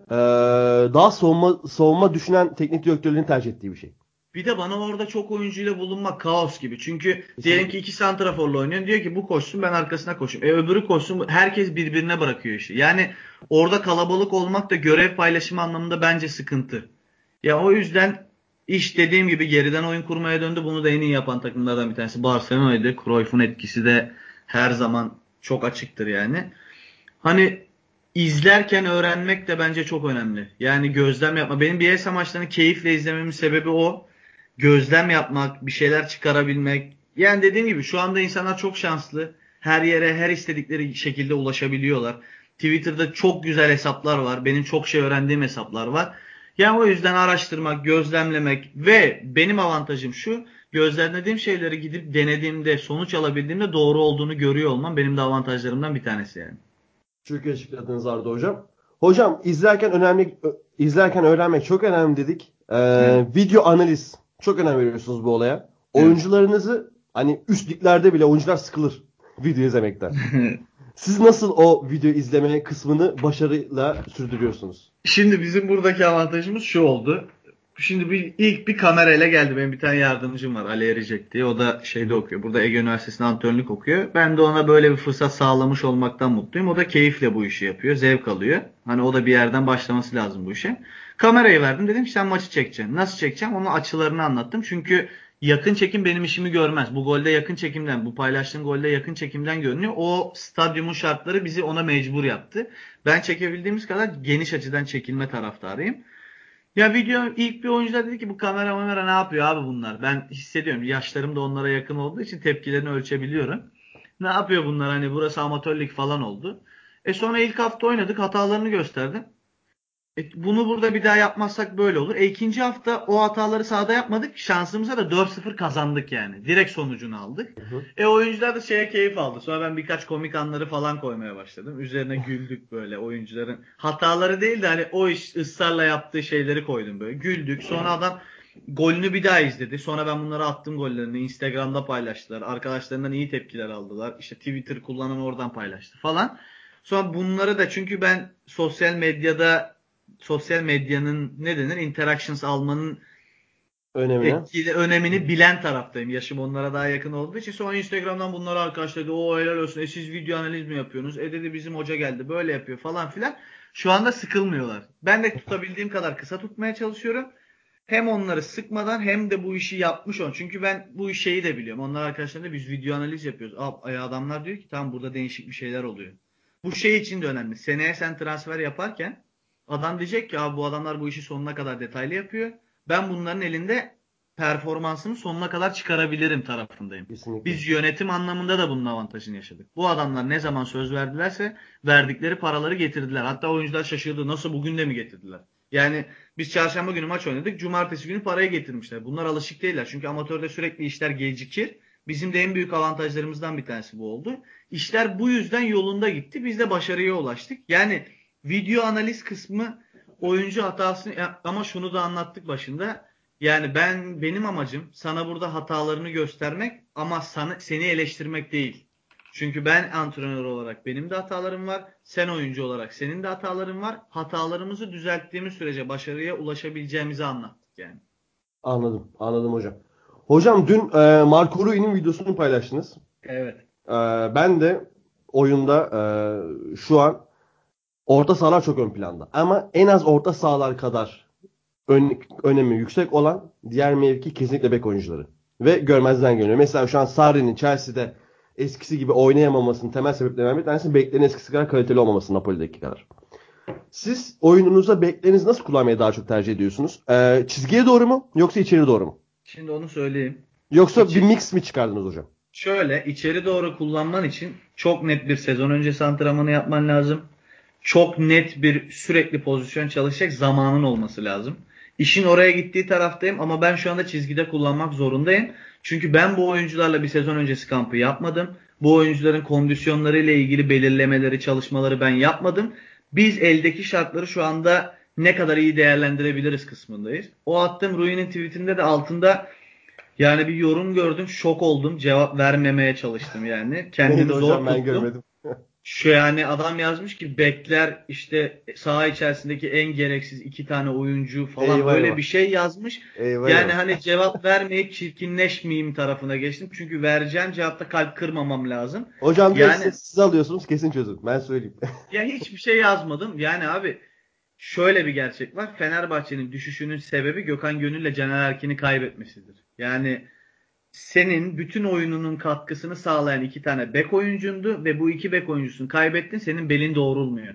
daha savunma düşünen teknik direktörlerin tercih ettiği bir şey. bir de bana orada çok oyuncuyla bulunmak kaos gibi. Çünkü diyelim ki Kesinlikle. iki santraforla oynuyor. Diyor ki bu koşsun ben arkasına koşayım. Öbürü koşsun. Herkes birbirine bırakıyor işi. Yani orada kalabalık olmak da görev paylaşımı anlamında bence sıkıntı. Ya o yüzden iş dediğim gibi geriden oyun kurmaya döndü. Bunu da en iyi yapan takımlardan bir tanesi Barcelona'ydı. Cruyff'un etkisi de her zaman çok açıktır yani. Hani izlerken öğrenmek de bence çok önemli. Yani gözlem yapma. Benim Bielsa maçlarını keyifle izlememin sebebi o. Gözlem yapmak, bir şeyler çıkarabilmek. Yani dediğim gibi şu anda insanlar çok şanslı. Her yere, her istedikleri şekilde ulaşabiliyorlar. Twitter'da çok güzel hesaplar var. Benim çok şey öğrendiğim hesaplar var. Yani o yüzden araştırmak, gözlemlemek ve benim avantajım şu. Gözlemlediğim şeyleri gidip denediğimde, sonuç alabildiğimde doğru olduğunu görüyor olmam benim de avantajlarımdan bir tanesi yani. Çok iyi açıkladınız Arda hocam. Hocam izlerken öğrenmek çok önemli dedik. Evet. Video analiz çok önem veriyorsunuz bu olaya. Evet. Oyuncularınızı Hani üst liglerde bile oyuncular sıkılır video izlemekten. Siz nasıl o video izleme kısmını başarıyla sürdürüyorsunuz? Şimdi bizim buradaki avantajımız şu oldu. Şimdi ilk bir kamerayla geldi. Benim bir tane yardımcım var, Ali Ericek diye. O da şeyde okuyor. Burada Ege Üniversitesi'nde antrenörlük okuyor. Ben de ona böyle bir fırsat sağlamış olmaktan mutluyum. O da keyifle bu işi yapıyor. Zevk alıyor. Hani o da bir yerden başlaması lazım bu işe. Kamerayı verdim. Dedim ki sen maçı çekeceksin. Nasıl çekeceğim? Onun açılarını anlattım. Çünkü yakın çekim benim işimi görmez. Bu golde yakın çekimden, bu paylaştığım golde yakın çekimden görünüyor. O stadyumun şartları bizi ona mecbur yaptı. Ben çekebildiğimiz kadar geniş açıdan çekilme taraftarıyım. Ya video ilk bir oyuncular dedi ki bu kamera ne yapıyor abi bunlar? Ben hissediyorum. Yaşlarım da onlara yakın olduğu için tepkilerini ölçebiliyorum. Ne yapıyor bunlar? Hani burası amatörlük falan oldu. Sonra ilk hafta oynadık. Hatalarını gösterdim. Bunu burada bir daha yapmazsak böyle olur. İkinci hafta o hataları sahada yapmadık. Şansımıza da 4-0 kazandık yani. Direkt sonucunu aldık. Hı hı. Oyuncular da şeye keyif aldı. Sonra ben birkaç komik anları falan koymaya başladım. Üzerine güldük böyle oyuncuların. Hataları değil de hani o iş ısrarla yaptığı şeyleri koydum böyle. Güldük. Sonra adam golünü bir daha izledi. Sonra ben bunlara attım gollerini. Instagram'da paylaştılar. Arkadaşlarından iyi tepkiler aldılar. İşte Twitter kullanan oradan paylaştı falan. Sonra bunları da çünkü ben sosyal medyanın ne denir? Interactions almanın Önemine. önemini bilen taraftayım. Yaşım onlara daha yakın olduğu için. Sonra Instagram'dan bunları arkadaşlar dedi. O helal olsun. Siz video analiz mi yapıyorsunuz? Dedi bizim hoca geldi. Böyle yapıyor falan filan. Şu anda sıkılmıyorlar. Ben de tutabildiğim kadar kısa tutmaya çalışıyorum. Hem onları sıkmadan hem de bu işi yapmış on. Çünkü ben bu şeyi de biliyorum. Onlar arkadaşlarla biz video analiz yapıyoruz. Adamlar diyor ki tamam burada değişik bir şeyler oluyor. Bu şey için de önemli. Seneye sen transfer yaparken adam diyecek ki abi bu adamlar bu işi sonuna kadar detaylı yapıyor. Ben bunların elinde performansını sonuna kadar çıkarabilirim tarafındayım. Kesinlikle. Biz yönetim anlamında da bunun avantajını yaşadık. Bu adamlar ne zaman söz verdilerse verdikleri paraları getirdiler. Hatta oyuncular şaşırdı. Nasıl bugün de mi getirdiler? Yani biz çarşamba günü maç oynadık. Cumartesi günü parayı getirmişler. Bunlar alışık değiller. Çünkü amatörde sürekli işler gecikir. Bizim de en büyük avantajlarımızdan bir tanesi bu oldu. İşler bu yüzden yolunda gitti. Biz de başarıya ulaştık. Yani video analiz kısmı oyuncu hatası ama şunu da anlattık başında. Yani benim amacım sana burada hatalarını göstermek ama seni eleştirmek değil. Çünkü ben antrenör olarak benim de hatalarım var. Sen oyuncu olarak senin de hataların var. Hatalarımızı düzelttiğimiz sürece başarıya ulaşabileceğimizi anlattık yani. Anladım. Anladım hocam. Hocam dün Marco Rui'nin videosunu paylaştınız. Evet. E, Ben de oyunda şu an orta sahalar çok ön planda. Ama en az orta sahalar kadar önemi yüksek olan diğer mevki kesinlikle bek oyuncuları. Ve görmezden geliyor. Mesela şu an Sarri'nin Chelsea'de eskisi gibi oynayamamasının temel sebeplerinden bir tanesi beklerin eskisi kadar kaliteli olmaması Napoli'deki kadar. Siz oyununuzda beklerinizi nasıl kullanmayı daha çok tercih ediyorsunuz? Çizgiye doğru mu yoksa içeri doğru mu? Şimdi onu söyleyeyim. Yoksa bir İçi, mix mi çıkardınız hocam? Şöyle içeri doğru kullanman için çok net bir sezon öncesi antrenmanı yapman lazım. Çok net bir sürekli pozisyon çalışacak zamanın olması lazım. İşin oraya gittiği taraftayım ama ben şu anda çizgide kullanmak zorundayım. Çünkü ben bu oyuncularla bir sezon öncesi kampı yapmadım. Bu oyuncuların kondisyonları ile ilgili belirlemeleri, çalışmaları ben yapmadım. Biz eldeki şartları şu anda ne kadar iyi değerlendirebiliriz kısmındayız. O attığım Rui'nin tweetinde de altında yani bir yorum gördüm, şok oldum. Cevap vermemeye çalıştım yani. Neydi Kendimi zor hocam ben tuttum. görmedim. Şu yani adam yazmış ki bekler işte saha içerisindeki en gereksiz iki tane oyuncu falan Eyvah öyle eyvah. bir şey yazmış. Eyvah Yani eyvah. hani cevap vermeyip çirkinleşmeyeyim tarafına geçtim. Çünkü vereceğim cevapta kalp kırmamam lazım. Hocam direkt Yani siz alıyorsunuz kesin çözüm. Ben söyleyeyim. ya hiçbir şey yazmadım. Yani abi şöyle bir gerçek var. Fenerbahçe'nin düşüşünün sebebi Gökhan Gönül'le Caner Erkin'i kaybetmesidir. Yani senin bütün oyununun katkısını sağlayan iki tane bek oyuncundu ve bu iki bek oyuncusunu kaybettin. Senin belin doğrulmuyor.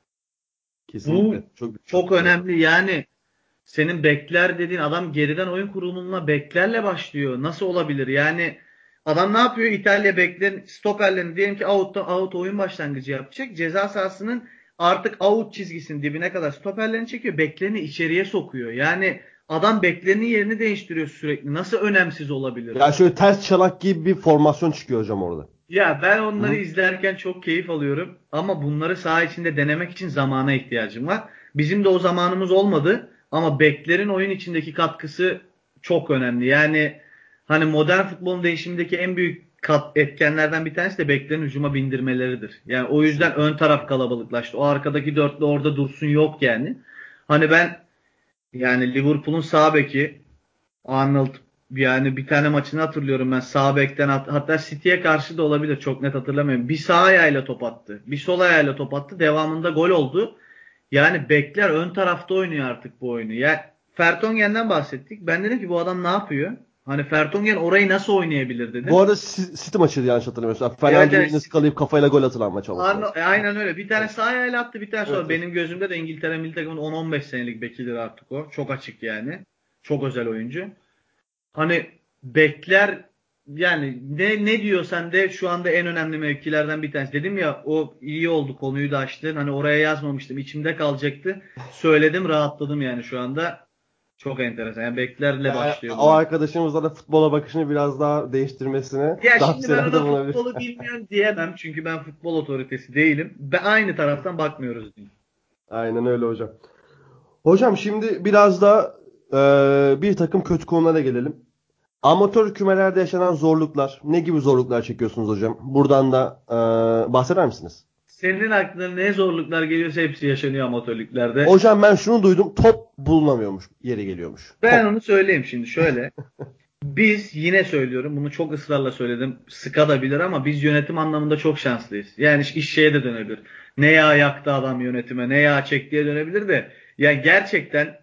Bu Kesinlikle. Çok büyük çok katkısı var. önemli. Yani senin bekler dediğin adam geriden oyun kurulumuna beklerle başlıyor. Nasıl olabilir? Yani adam ne yapıyor? İtalya beklerin stoperlerini diyelim ki out oyun başlangıcı yapacak. Ceza sahasının artık out çizgisinin dibine kadar stoperlerini çekiyor. Beklerini içeriye sokuyor. Yani adam beklerinin yerini değiştiriyor sürekli. Nasıl önemsiz olabilir? Ya şöyle ters çanak gibi bir formasyon çıkıyor hocam orada. Ya ben Hı onları hı. izlerken çok keyif alıyorum ama bunları saha içinde denemek için zamana ihtiyacım var. Bizim de o zamanımız olmadı ama beklerin oyun içindeki katkısı çok önemli. Yani Hani modern futbolun değişimindeki en büyük etkenlerden bir tanesi de beklerin hücuma bindirmeleridir. Yani o yüzden ön taraf kalabalıklaştı. O arkadaki dörtlü orada dursun yok yani. Hani ben yani Liverpool'un sağ beki Arnold, yani bir tane maçını hatırlıyorum ben, sağ bekten hatta City'ye karşı da olabilir, çok net hatırlamıyorum. Bir sağ ayağıyla top attı. Bir sol ayağıyla top attı. Devamında gol oldu. Yani bekler ön tarafta oynuyor artık bu oyunu. Ya Vertonghen'den bahsettik. Ben dedim ki bu adam ne yapıyor? Hani Vertonghen orayı nasıl oynayabilir Bu dedim. arada City maçıydı yanlış hatırlamıyorsam. Evet, Fernandinho'nun evet. ıskalayıp kafayla gol atılan maç olması lazım. Aynen öyle. Bir tane Evet. sağ ayağıyla attı, bir tane Evet, sonra. evet. Benim gözümde de İngiltere milli takımının 10-15 senelik bekidir artık o. Çok açık yani. Çok özel oyuncu. Hani bekler, yani ne diyorsan de şu anda en önemli mevkilerden bir tanesi. Dedim ya, o iyi oldu, konuyu da açtın. Hani oraya yazmamıştım. İçimde kalacaktı. Söyledim, rahatladım yani şu anda. Çok enteresan. Yani beklerle Yani başlıyor bu o oyun. arkadaşımızla da futbola bakışını biraz daha değiştirmesine Ya şimdi ben tavsiyelerde ona bulunabilir. futbolu bilmiyorum diyemem. Çünkü ben futbol otoritesi değilim. Aynı taraftan bakmıyoruz diyeyim. Aynen öyle hocam. Hocam şimdi biraz da bir takım kötü konulara gelelim. Amatör kümelerde yaşanan zorluklar. Ne gibi zorluklar çekiyorsunuz hocam? Buradan da bahseder misiniz? Senin aklına ne zorluklar geliyorsa hepsi yaşanıyor amatörlüklerde. Hocam ben şunu duydum. Top bulunamıyormuş. Yeri geliyormuş. Ben Top. onu söyleyeyim şimdi şöyle. Biz, yine söylüyorum, bunu çok ısrarla söyledim. Sıka da bilir ama biz yönetim anlamında çok şanslıyız. Yani iş şeye de dönebilir. Ne yağ yaktı adam yönetime, ne yağ çektiye dönebilir de. Ya gerçekten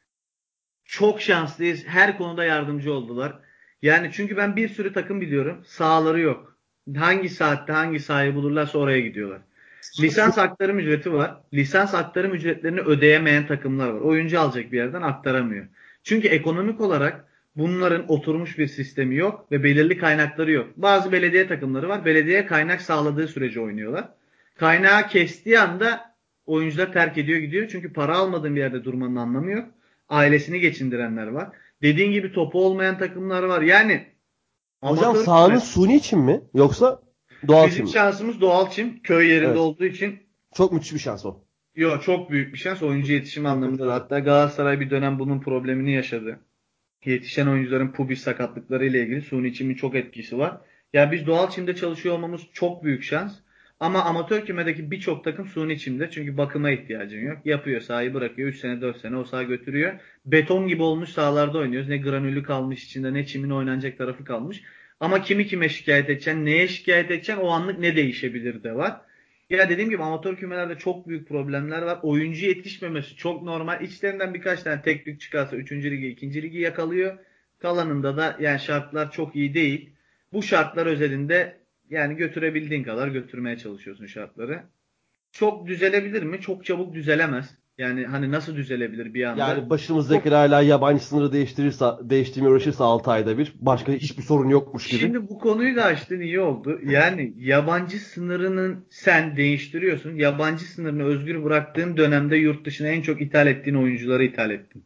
çok şanslıyız. Her konuda yardımcı oldular. Yani çünkü ben bir sürü takım biliyorum. Sahaları yok. Hangi saatte hangi sahayı bulurlarsa oraya gidiyorlar. Lisans aktarım ücreti var. Lisans aktarım ücretlerini ödeyemeyen takımlar var. Oyuncu alacak bir yerden aktaramıyor. Çünkü ekonomik olarak bunların oturmuş bir sistemi yok ve belirli kaynakları yok. Bazı belediye takımları var. Belediye kaynak sağladığı sürece oynuyorlar. Kaynağı kestiği anda oyuncular terk ediyor gidiyor. Çünkü para almadığın bir yerde durmanın anlamı yok. Ailesini geçindirenler var. Dediğin gibi topu olmayan takımlar var. Yani Hocam amatör sahanın küme. suni için mi? Yoksa doğal çim Bizim mi? şansımız doğal çim. Köy yerinde Evet. olduğu için. Çok müthiş bir şans o. Yo, çok büyük bir şans. Oyuncu yetişimi Buna anlamında da. katılıyorum. Hatta Galatasaray bir dönem bunun problemini yaşadı. Yetişen oyuncuların pubis sakatlıkları ile ilgili suni çimin çok etkisi var. Ya biz doğal çimde çalışıyor olmamız çok büyük şans. Ama amatör kümedeki birçok takım suni çimde. Çünkü bakıma ihtiyacın yok. Yapıyor, sahayı bırakıyor. 3 sene 4 sene o saha götürüyor. Beton gibi olmuş sahalarda oynuyoruz. Ne granülü kalmış içinde, ne çimin oynanacak tarafı kalmış. Ama kimi kime şikayet edeceksin, neye şikayet edeceksin, o anlık ne değişebilir de var. Ya dediğim gibi amatör kümelerde çok büyük problemler var. Oyuncu yetişmemesi çok normal. İçlerinden birkaç tane teknik çıkarsa 3. ligi, 2. ligi yakalıyor. Kalanında da yani şartlar çok iyi değil. Bu şartlar özelinde yani götürebildiğin kadar götürmeye çalışıyorsun şartları. Çok düzelebilir mi? Çok çabuk düzelemez. Yani hani nasıl düzelebilir bir anda? Yani başımızdakiler Çok. hala yabancı sınırı değiştirmeye uğraşırsa 6 ayda bir başka hiçbir sorun yokmuş gibi. Şimdi bu konuyu da açtın, iyi oldu. Yani yabancı sınırının sen değiştiriyorsun. Yabancı sınırını özgür bıraktığın dönemde yurt dışına en çok ithal ettiğin oyuncuları ithal ettin.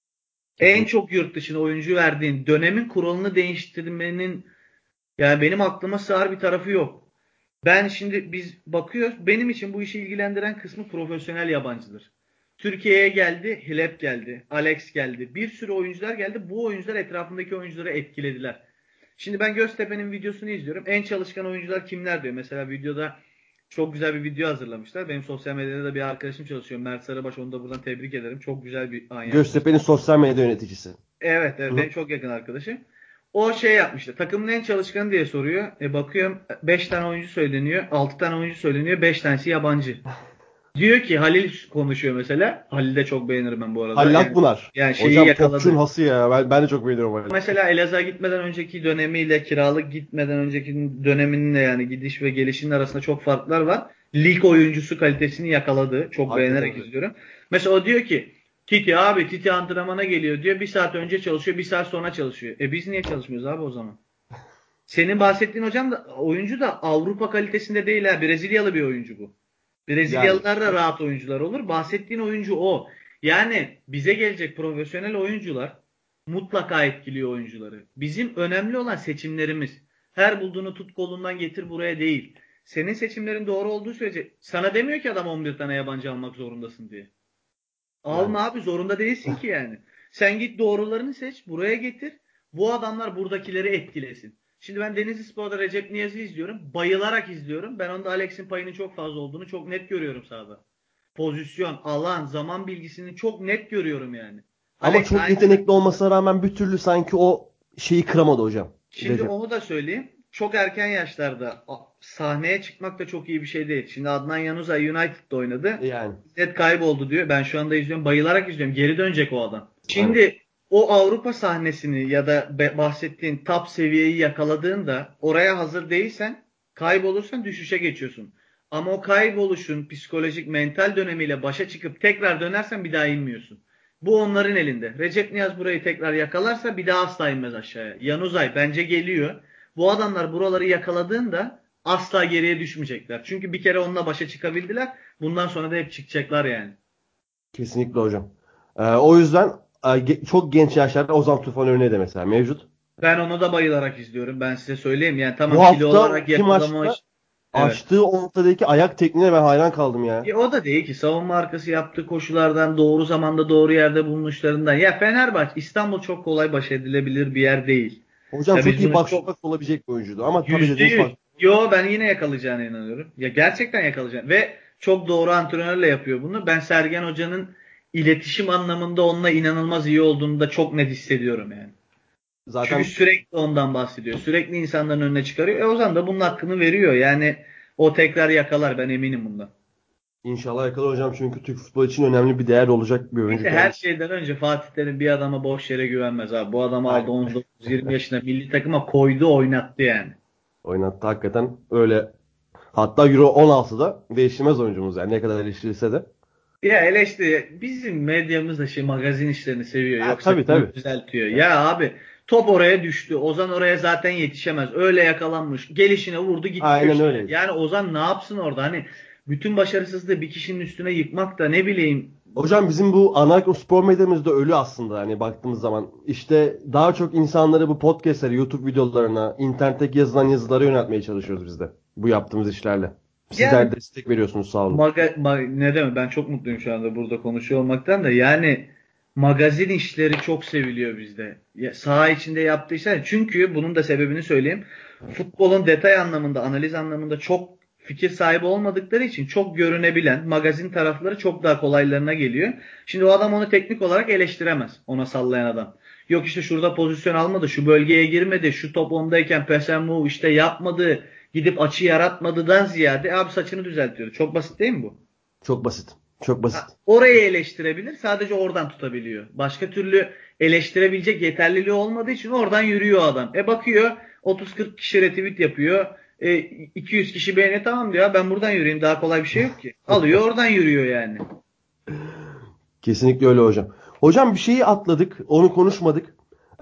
En Kesinlikle. çok yurt dışına oyuncu verdiğin dönemin kuralını değiştirmenin, yani benim aklıma sığar bir tarafı yok. Ben şimdi biz bakıyoruz. Benim için bu işi ilgilendiren kısmı profesyonel yabancıdır. Türkiye'ye geldi, Hilep geldi, Alex geldi. Bir sürü oyuncular geldi. Bu oyuncular etrafındaki oyuncuları etkilediler. Şimdi ben Göztepe'nin videosunu izliyorum. En çalışkan oyuncular kimler diyor. Mesela videoda çok güzel bir video hazırlamışlar. Benim sosyal medyada da bir arkadaşım çalışıyor. Mert Sarıbaş, onu da buradan tebrik ederim. Çok güzel bir an yapmış. Göztepe'nin sosyal medya yöneticisi. Evet, Hı evet, hı. benim çok yakın arkadaşım. O şey yapmıştı. Takımın en çalışkanı diye soruyor. Bakıyorum 5 tane oyuncu söyleniyor. 6 tane oyuncu söyleniyor. 5 tanesi yabancı. Diyor ki Halil konuşuyor mesela. Halil'i de çok beğenirim ben bu arada. Halil Yani Akbunar. şeyi Hocam topçunun yakaladı. hası ya. Ben de çok beğeniyorum Halil'i. Mesela Elazığ'a gitmeden önceki dönemiyle kiralık gitmeden önceki döneminin de yani gidiş ve gelişinin arasında çok farklar var. Lig oyuncusu kalitesini yakaladı. Çok Hakikaten beğenerek öyle. izliyorum. Mesela o diyor ki Titi antrenmana geliyor diyor. Bir saat önce çalışıyor, bir saat sonra çalışıyor. Biz niye çalışmıyoruz abi o zaman? Senin bahsettiğin hocam da oyuncu da Avrupa kalitesinde değil ha. Brezilyalı bir oyuncu bu. Yani Brezilyalılar da rahat oyuncular olur. Bahsettiğin oyuncu o. Yani bize gelecek profesyonel oyuncular mutlaka etkiliyor oyuncuları. Bizim önemli olan seçimlerimiz. Her bulduğunu tut kolundan getir buraya değil. Senin seçimlerin doğru olduğu sürece sana demiyor ki adam 11 tane yabancı almak zorundasın diye. yani Alma abi, zorunda değilsin ki yani. Sen git doğrularını seç, buraya getir. Bu adamlar buradakileri etkilesin. Şimdi ben Denizlispor'da Recep Niyaz'ı izliyorum. Bayılarak izliyorum. Ben onda Alex'in payının çok fazla olduğunu çok net görüyorum sahada. Pozisyon, alan, zaman bilgisini çok net görüyorum yani. Ama Alex çok aynı. yetenekli olmasına rağmen bir türlü sanki o şeyi kıramadı hocam. Şimdi Recep. onu da söyleyeyim. Çok erken yaşlarda sahneye çıkmak da çok iyi bir şey değil. Şimdi Adnan Yanuzay United'da oynadı. Yani. Net kayboldu diyor. Ben şu anda izliyorum. Bayılarak izliyorum. Geri dönecek o adam. Aynen. Şimdi o Avrupa sahnesini ya da bahsettiğin top seviyeyi yakaladığında oraya hazır değilsen kaybolursan düşüşe geçiyorsun. Ama o kayboluşun psikolojik mental dönemiyle başa çıkıp tekrar dönersen bir daha inmiyorsun. Bu onların elinde. Recep Niyaz burayı tekrar yakalarsa bir daha asla inmez aşağıya. Yanuzay bence geliyor. Bu adamlar buraları yakaladığında asla geriye düşmeyecekler. Çünkü bir kere onunla başa çıkabildiler. Bundan sonra da hep çıkacaklar yani. Kesinlikle hocam. O yüzden çok genç yaşlarda Ozan Tufan örneği de mesela mevcut. Ben onu da bayılarak izliyorum. Ben size söyleyeyim. Yani tamam Bu kilo hafta olarak iki maçta yakalamış. Evet. açtığı ortadaki ayak tekniğine ben hayran kaldım ya. O da değil ki. Savunma arkası yaptığı koşulardan, doğru zamanda doğru yerde bulunuşlarından. Ya Fenerbahçe, İstanbul çok kolay baş edilebilir bir yer değil. Hocam Ya çok biz iyi bunu box to çok box olabilecek bir oyuncuydu. Ama tabii yüzde dediğiniz yüz. farklı. Yo ben yine yakalayacağına inanıyorum. Ya gerçekten yakalayacağını. Ve çok doğru antrenörle yapıyor bunu. Ben Sergen Hoca'nın iletişim anlamında onunla inanılmaz iyi olduğunu da çok net hissediyorum yani. Çünkü Zaten sürekli ondan bahsediyor. Sürekli insanların önüne çıkarıyor. Ozan da bunun hakkını veriyor. Yani o tekrar yakalar ben eminim bundan. inşallah yakalar hocam çünkü Türk futbolu için önemli bir değer olacak bir Bir oyuncu de her kendisi. şeyden önce Fatih Terim bir adama boş yere güvenmez abi. Bu adamı aldı Aynen. 19-20 yaşında milli takıma koydu oynattı yani. Oynattı hakikaten öyle. Hatta Euro 16'da değişilmez oyuncumuz yani ne kadar eleştirilse de. Ya eleştiri bizim medyamız da magazin işlerini seviyor. Ha, Yoksa tabii bunu tabii. düzeltiyor. Ya abi top oraya düştü. Ozan oraya zaten yetişemez. Öyle yakalanmış. Gelişine vurdu gitti Aynen köşeye. öyleydi. Yani Ozan ne yapsın orada? Hani bütün başarısızlığı bir kişinin üstüne yıkmak da ne bileyim. Hocam bizim bu ana akım spor medyamız da ölü aslında hani baktığımız zaman. İşte daha çok insanları bu podcastlere, YouTube videolarına, internetteki yazılan yazılara yöneltmeye çalışıyoruz biz de. Bu yaptığımız işlerle. Yani Sizler destek veriyorsunuz sağ olun. ne demek ben çok mutluyum şu anda burada konuşuyor olmaktan da yani magazin işleri çok seviliyor bizde. Ya, saha içinde yaptığı işler. Çünkü bunun da sebebini söyleyeyim. Futbolun detay anlamında, analiz anlamında çok fikir sahibi olmadıkları için çok görünebilen magazin tarafları çok daha kolaylarına geliyor. Şimdi o adam onu teknik olarak eleştiremez. Ona sallayan adam. Yok işte şurada pozisyon almadı, şu bölgeye girmedi, şu top ondayken pass and move işte yapmadı, gidip açı yaratmadıdan ziyade abi saçını düzeltiyor. Çok basit değil mi bu? Çok basit. Çok basit. Orayı eleştirebilir. Sadece oradan tutabiliyor. Başka türlü eleştirebilecek yeterliliği olmadığı için oradan yürüyor adam. Bakıyor 30-40 kişi retweet yapıyor. 200 kişi beğeniyor. Tamam diyor. Ben buradan yürüyeyim. Daha kolay bir şey yok ki. Alıyor oradan yürüyor yani. Kesinlikle öyle hocam. Hocam bir şeyi atladık. Onu konuşmadık.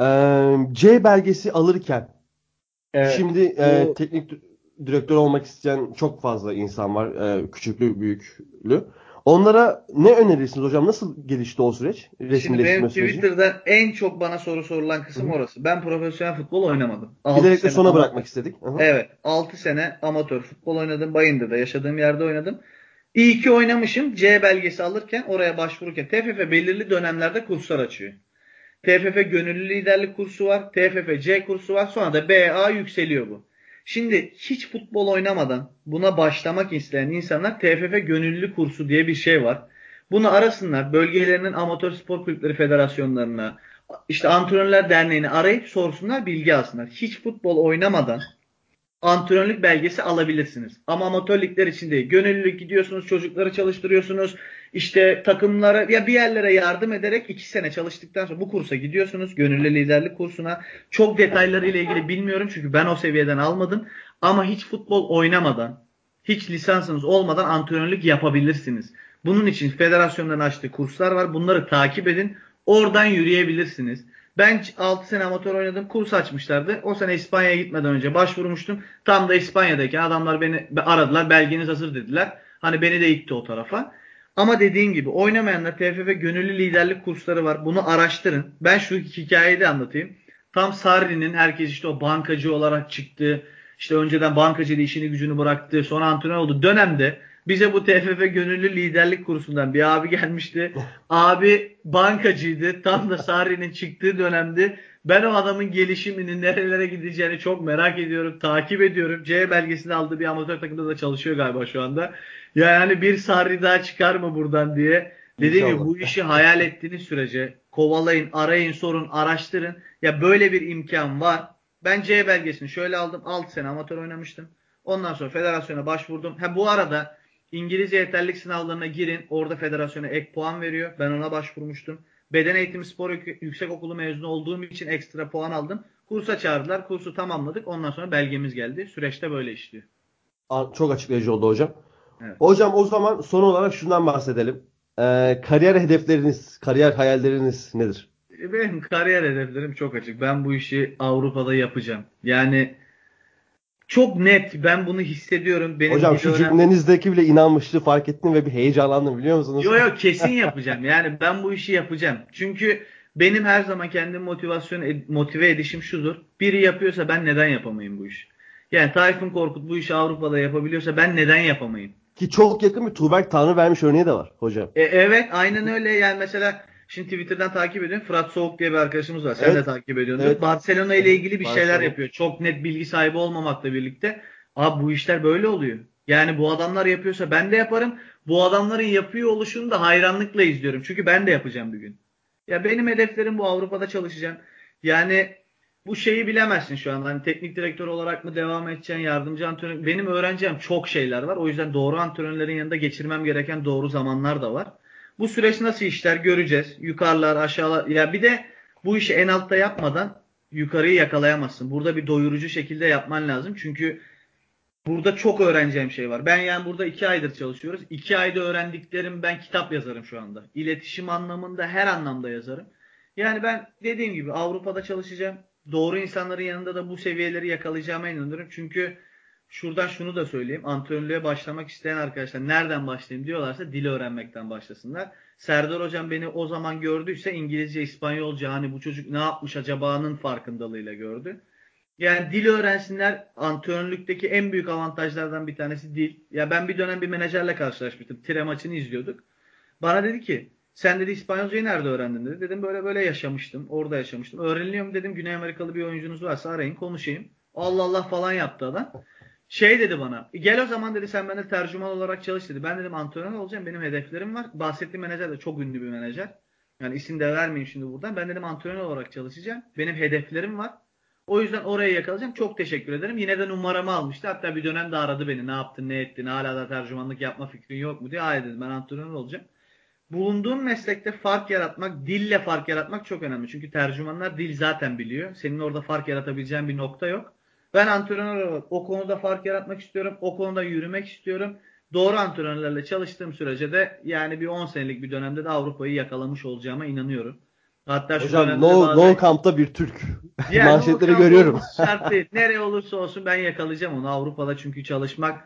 C belgesi alırken Evet. şimdi Bu teknik direktör olmak isteyen çok fazla insan var. Küçüklü, büyüklü. Onlara ne önerirsiniz hocam? Nasıl gelişti o süreç? Şimdi benim Resmileştirme süreci. Twitter'da en çok bana soru sorulan Hı kısım hı. orası. Ben profesyonel futbol oynamadım. 6 Bilerek de sene sona amatör. bırakmak istedik. Hı hı. Evet. 6 sene amatör futbol oynadım. Bayındır'da yaşadığım yerde oynadım. İyi ki oynamışım. C belgesi alırken oraya başvururken TFF belirli dönemlerde kurslar açıyor. TFF gönüllü liderlik kursu var. TFF C kursu var. Sonra da BA yükseliyor bu. Şimdi hiç futbol oynamadan buna başlamak isteyen insanlar TFF gönüllü kursu diye bir şey var. Bunu arasınlar. Bölgelerinin amatör spor kulüpleri federasyonlarına, işte antrenörler derneğini arayıp sorsunlar, bilgi alsınlar. Hiç futbol oynamadan antrenörlük belgesi alabilirsiniz. Ama amatörlükler için değil. Gönüllülük gidiyorsunuz, çocukları çalıştırıyorsunuz. İşte takımlara ya bir yerlere yardım ederek 2 sene çalıştıktan sonra bu kursa gidiyorsunuz. Gönüllü liderlik kursuna. Çok detayları ile ilgili bilmiyorum çünkü ben o seviyeden almadım. Ama hiç futbol oynamadan, hiç lisansınız olmadan antrenörlük yapabilirsiniz. Bunun için federasyonların açtığı kurslar var. Bunları takip edin. Oradan yürüyebilirsiniz. Ben 6 sene amatör oynadım. Kurs açmışlardı. O sene İspanya'ya gitmeden önce başvurmuştum. Tam da İspanya'dayken adamlar beni aradılar. Belgeniz hazır dediler. Hani beni de itti o tarafa. Ama dediğim gibi oynamayanlar TFF gönüllü liderlik kursları var. Bunu araştırın. Ben şu hikayeyi de anlatayım. Tam Sarri'nin herkes işte o bankacı olarak çıktı. İşte önceden bankacıydı işini gücünü bıraktı. Sonra antrenör oldu. Dönemde Bize bu TFF gönüllü liderlik kursundan bir abi gelmişti. Abi bankacıydı. Tam da Sarri'nin çıktığı dönemdi. Ben o adamın gelişimini, nerelere gideceğini çok merak ediyorum. Takip ediyorum. C belgesini aldığı bir amatör takımda da çalışıyor galiba şu anda. Yani bir Sarri daha çıkar mı buradan diye. Dediğim gibi İnşallah. bu işi hayal ettiğiniz sürece kovalayın, arayın, sorun, araştırın. Ya böyle bir imkan var. Ben C belgesini şöyle aldım. 6 sene amatör oynamıştım. Ondan sonra federasyona başvurdum. Ha bu arada İngilizce yeterlilik sınavlarına girin. Orada federasyona ek puan veriyor. Ben ona başvurmuştum. Beden Eğitimi Spor Yüksekokulu mezunu olduğum için ekstra puan aldım. Kursa çağırdılar. Kursu tamamladık. Ondan sonra belgemiz geldi. Süreçte böyle işliyor. Çok açıklayıcı oldu hocam. Evet. Hocam o zaman son olarak şundan bahsedelim. Kariyer hedefleriniz, kariyer hayalleriniz nedir? Benim kariyer hedeflerim çok açık. Ben bu işi Avrupa'da yapacağım. Yani çok net. Ben bunu hissediyorum. Benim Hocam dil şu öğren cümlenizdeki bile inanmışlığı fark ettim ve bir heyecanlandım biliyor musunuz? Yo yo kesin yapacağım. Yani ben bu işi yapacağım. Çünkü benim her zaman kendimi motive edişim şudur. Biri yapıyorsa ben neden yapamayayım bu işi? Yani Tayfun Korkut bu işi Avrupa'da yapabiliyorsa ben neden yapamayayım? Ki çok yakın bir Tuğberk Tanrıvermiş örneği de var hocam. Evet aynen öyle. Yani mesela şimdi Twitter'dan takip ediyorum. Fırat Soğuk diye bir arkadaşımız var. Sen de Evet. takip ediyordur. Evet. Barcelona ile Aha, ilgili bir şeyler Barcelona. yapıyor. Çok net bilgi sahibi olmamakla birlikte. Abi bu işler böyle oluyor. Yani bu adamlar yapıyorsa ben de yaparım. Bu adamların yapıyor oluşunu da hayranlıkla izliyorum. Çünkü ben de yapacağım bir gün. Ya benim hedeflerim bu. Avrupa'da çalışacağım. Yani bu şeyi bilemezsin şu an. Hani teknik direktör olarak mı devam edeceksin, yardımcı antrenör. Benim öğreneceğim çok şeyler var. O yüzden doğru antrenörlerin yanında geçirmem gereken doğru zamanlar da var. Bu süreç nasıl işler göreceğiz. Yukarılar, aşağılar. Ya bir de bu işi en altta yapmadan yukarıyı yakalayamazsın. Burada bir doyurucu şekilde yapman lazım. Çünkü burada çok öğreneceğim şey var. Ben yani burada 2 aydır çalışıyoruz. 2 ayda öğrendiklerim ben kitap yazarım şu anda. İletişim anlamında her anlamda yazarım. Yani ben dediğim gibi Avrupa'da çalışacağım. Doğru insanların yanında da bu seviyeleri yakalayacağıma inanıyorum. Çünkü şuradan şunu da söyleyeyim. Antrenörlüğe başlamak isteyen arkadaşlar nereden başlayayım diyorlarsa dil öğrenmekten başlasınlar. Serdar hocam beni o zaman gördüyse İngilizce, İspanyolca hani bu çocuk ne yapmış acaba'nın farkındalığıyla gördü. Yani dil öğrensinler. Antrenörlükteki en büyük avantajlardan bir tanesi dil. Ya ben bir dönem bir menajerle karşılaşmıştım. Tire maçını izliyorduk. Bana dedi ki sen dedi İspanyolcayı nerede öğrendin dedi. Dedim böyle böyle yaşamıştım. Orada yaşamıştım. Öğreniliyor mu dedim. Güney Amerikalı bir oyuncunuz varsa arayın konuşayım. Allah Allah falan yaptı adam. Şey dedi bana. Gel o zaman dedi sen bende tercüman olarak çalış dedi. Ben dedim antrenör olacağım. Benim hedeflerim var. Bahsettiğim menajer de çok ünlü bir menajer. Yani isim de vermeyeyim şimdi buradan. Ben dedim antrenör olarak çalışacağım. Benim hedeflerim var. O yüzden oraya yakalayacağım. Çok teşekkür ederim. Yine de numaramı almıştı. Hatta bir dönem de aradı beni. Ne yaptın, ne ettin, hala da tercümanlık yapma fikrin yok mu diye. Hayır dedim ben antrenör olacağım. Bulunduğun meslekte fark yaratmak, dille fark yaratmak çok önemli. Çünkü tercümanlar dil zaten biliyor. Senin orada fark yaratabileceğin bir nokta yok. Ben antrenör olarak o konuda fark yaratmak istiyorum. O konuda yürümek istiyorum. Doğru antrenörlerle çalıştığım sürece de yani bir 10 senelik bir dönemde de Avrupa'yı yakalamış olacağıma inanıyorum. Hatta şu Hocam dönemde de no, no bazı Camp'ta bir Türk. yani o Manşetleri kamp görüyorum. olması şart değil. Nereye olursa olsun ben yakalayacağım onu. Avrupa'da çünkü çalışmak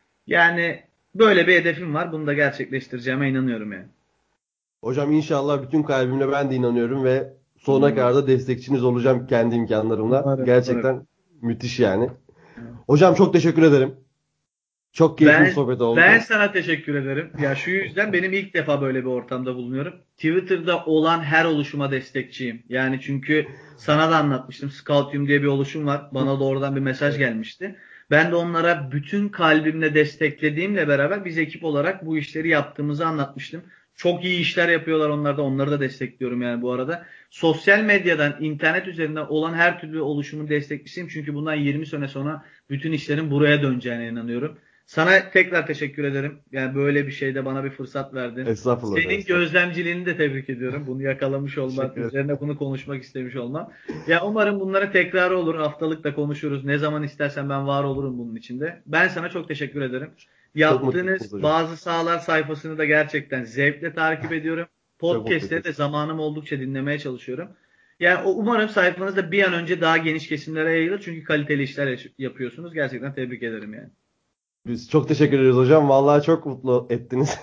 yani böyle bir hedefim var. Bunu da gerçekleştireceğime inanıyorum yani. Hocam inşallah bütün kalbimle ben de inanıyorum ve sonuna Umarım. kadar da destekçiniz olacağım kendi imkanlarımla. Umarım. Umarım. Gerçekten müthiş yani. Hocam çok teşekkür ederim. Çok keyifli bir Ben sohbet ben oldu. sana teşekkür ederim. Ya şu yüzden benim ilk defa böyle bir ortamda bulunuyorum. Twitter'da olan her oluşuma destekçiyim. Yani çünkü sana da anlatmıştım. Scoutium diye bir oluşum var. Bana da oradan bir mesaj Evet. gelmişti. Ben de onlara bütün kalbimle desteklediğimle beraber biz ekip olarak bu işleri yaptığımızı anlatmıştım. Çok iyi işler yapıyorlar onlar da. Onları da destekliyorum yani bu arada. Sosyal medyadan, internet üzerinden olan her türlü oluşumun destekçisiyim. Çünkü bundan 20 sene sonra bütün işlerin buraya döneceğine inanıyorum. Sana tekrar teşekkür ederim. Yani böyle bir şeyde bana bir fırsat verdin. Estağfurullah hocam, Senin estağfurullah. gözlemciliğini de tebrik ediyorum. Bunu yakalamış olman, Teşekkür ederim. üzerine bunu konuşmak istemiş olmam. Ya umarım bunlara tekrarı olur. Haftalık da konuşuruz. Ne zaman istersen ben var olurum bunun içinde. Ben sana çok teşekkür ederim. Çok mutlu ettiniz Yaptığınız hocam. bazı sahalar sayfasını da gerçekten zevkle takip ediyorum. Çok mutlu Podcast'leri de ettiniz. zamanım oldukça dinlemeye çalışıyorum. Yani umarım sayfanız da bir an önce daha geniş kesimlere yayılır. Çünkü kaliteli işler yapıyorsunuz. Gerçekten tebrik ederim yani. Biz çok teşekkür ederiz hocam. Vallahi çok mutlu ettiniz.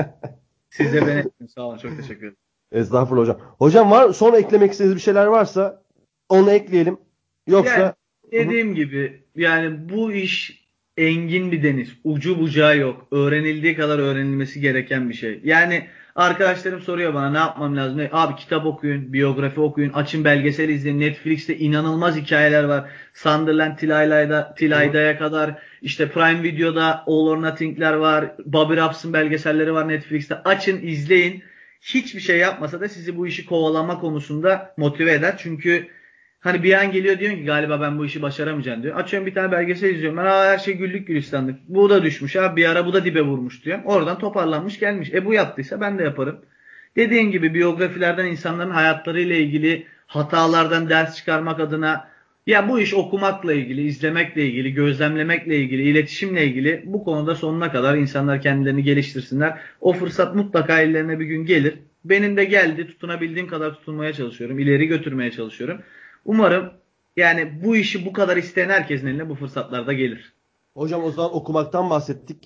Siz de beni ettiniz. Sağ olun. Çok teşekkür ederim. Estağfurullah hocam. Hocam var son eklemek istediğiniz bir şeyler varsa onu ekleyelim. Yani Yoksa. Hı hı. dediğim gibi yani bu iş engin bir deniz. Ucu bucağı yok. Öğrenildiği kadar öğrenilmesi gereken bir şey. Yani arkadaşlarım soruyor bana ne yapmam lazım. Abi kitap okuyun, biyografi okuyun, açın belgesel izleyin. Netflix'te inanılmaz hikayeler var. Sunderland Till Hı I hı. Die'ye kadar işte Prime Video'da All or Nothing'ler var. Bobby Robson belgeselleri var Netflix'te. Açın, izleyin. Hiçbir şey yapmasa da sizi bu işi kovalama konusunda motive eder. Çünkü hani bir an geliyor diyorsun ki galiba ben bu işi başaramayacağım diyor. Açıyorum bir tane belgesel izliyorum. Ben her şey güllük gülistanlık. Bu da düşmüş abi bir ara bu da dibe vurmuş diyorum. Oradan toparlanmış gelmiş. Bu yaptıysa ben de yaparım. Dediğin gibi biyografilerden insanların hayatlarıyla ilgili hatalardan ders çıkarmak adına ya bu iş okumakla ilgili, izlemekle ilgili, gözlemlemekle ilgili, iletişimle ilgili bu konuda sonuna kadar insanlar kendilerini geliştirsinler. O fırsat mutlaka ellerine bir gün gelir. Benim de geldi. Tutunabildiğim kadar tutunmaya çalışıyorum. İleri götürmeye çalışıyorum. Umarım yani bu işi bu kadar isteyen herkesin eline bu fırsatlar da gelir. Hocam o zaman okumaktan bahsettik.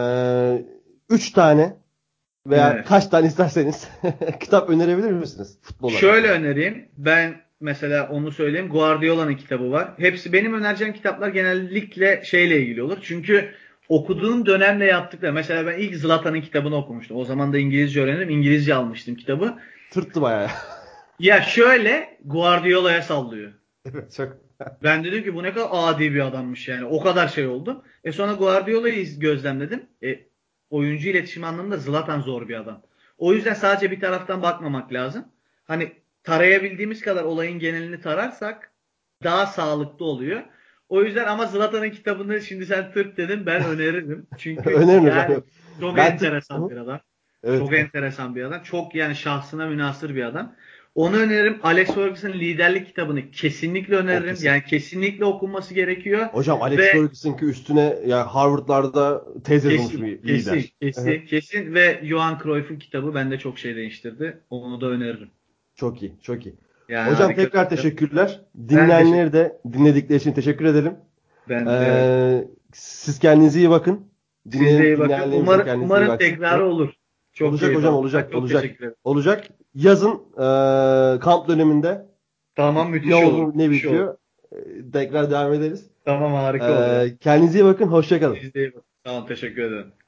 3 tane veya Evet. kaç tane isterseniz kitap önerebilir misiniz futbol Şöyle alakalı? önereyim. Ben mesela onu söyleyeyim. Guardiola'nın kitabı var. Hepsi benim önereceğim kitaplar genellikle şeyle ilgili olur. Çünkü okuduğum dönemle yaptıkları. Mesela ben ilk Zlatan'ın kitabını okumuştum. O zaman da İngilizce öğrendim. İngilizce almıştım kitabı. Tırttı bayağı. Ya şöyle Guardiola'ya sallıyor. Evet, çok. Ben dedim ki bu ne kadar adi bir adammış yani. O kadar şey oldu. Sonra Guardiola'yı gözlemledim. Oyuncu iletişimi anlamında Zlatan zor bir adam. O yüzden sadece bir taraftan bakmamak lazım. Hani tarayabildiğimiz kadar olayın genelini tararsak daha sağlıklı oluyor. O yüzden ama Zlatan'ın kitabını şimdi sen Türk dedin ben öneririm. Çünkü Önerin hocam. yani Yok. çok Ben tırt. enteresan bir adam. Evet. Çok enteresan bir adam. Çok yani şahsına münhasır bir adam. Onu öneririm. Alex Ferguson'ın liderlik kitabını kesinlikle O öneririm. kesin. Yani kesinlikle okunması gerekiyor. Hocam Alex Ve Ferguson'ki üstüne ya Harvard'larda tez yazılmış kesin, bir kesin, lider. Evet. kesin, kesin ve Johan Cruyff'un kitabı bende çok şey değiştirdi. Onu da öneririm. Çok iyi, çok iyi. Yani Hocam harika bir tekrar kitap. teşekkürler. Ben teşekkür Dinleyenleri de dinledikleri için teşekkür ederim. Ben evet. Siz kendinize iyi bakın. Siz de iyi bakın. Dinleyenlerimiz de Umarım, kendinize iyi umarım baksın. tekrarı Evet. olur. Çok Olacak keyif hocam, aldım. Ben olacak, çok olacak. teşekkür ederim. Olacak. Yazın kamp döneminde Tamam ne müthiş olur. olur ne Müthiş olur. bitiyor tekrar devam ederiz. Tamam harika olur ya. Kendinize iyi bakın. Hoşça kalın. Siz de iyi bakın. Tamam teşekkür ederim.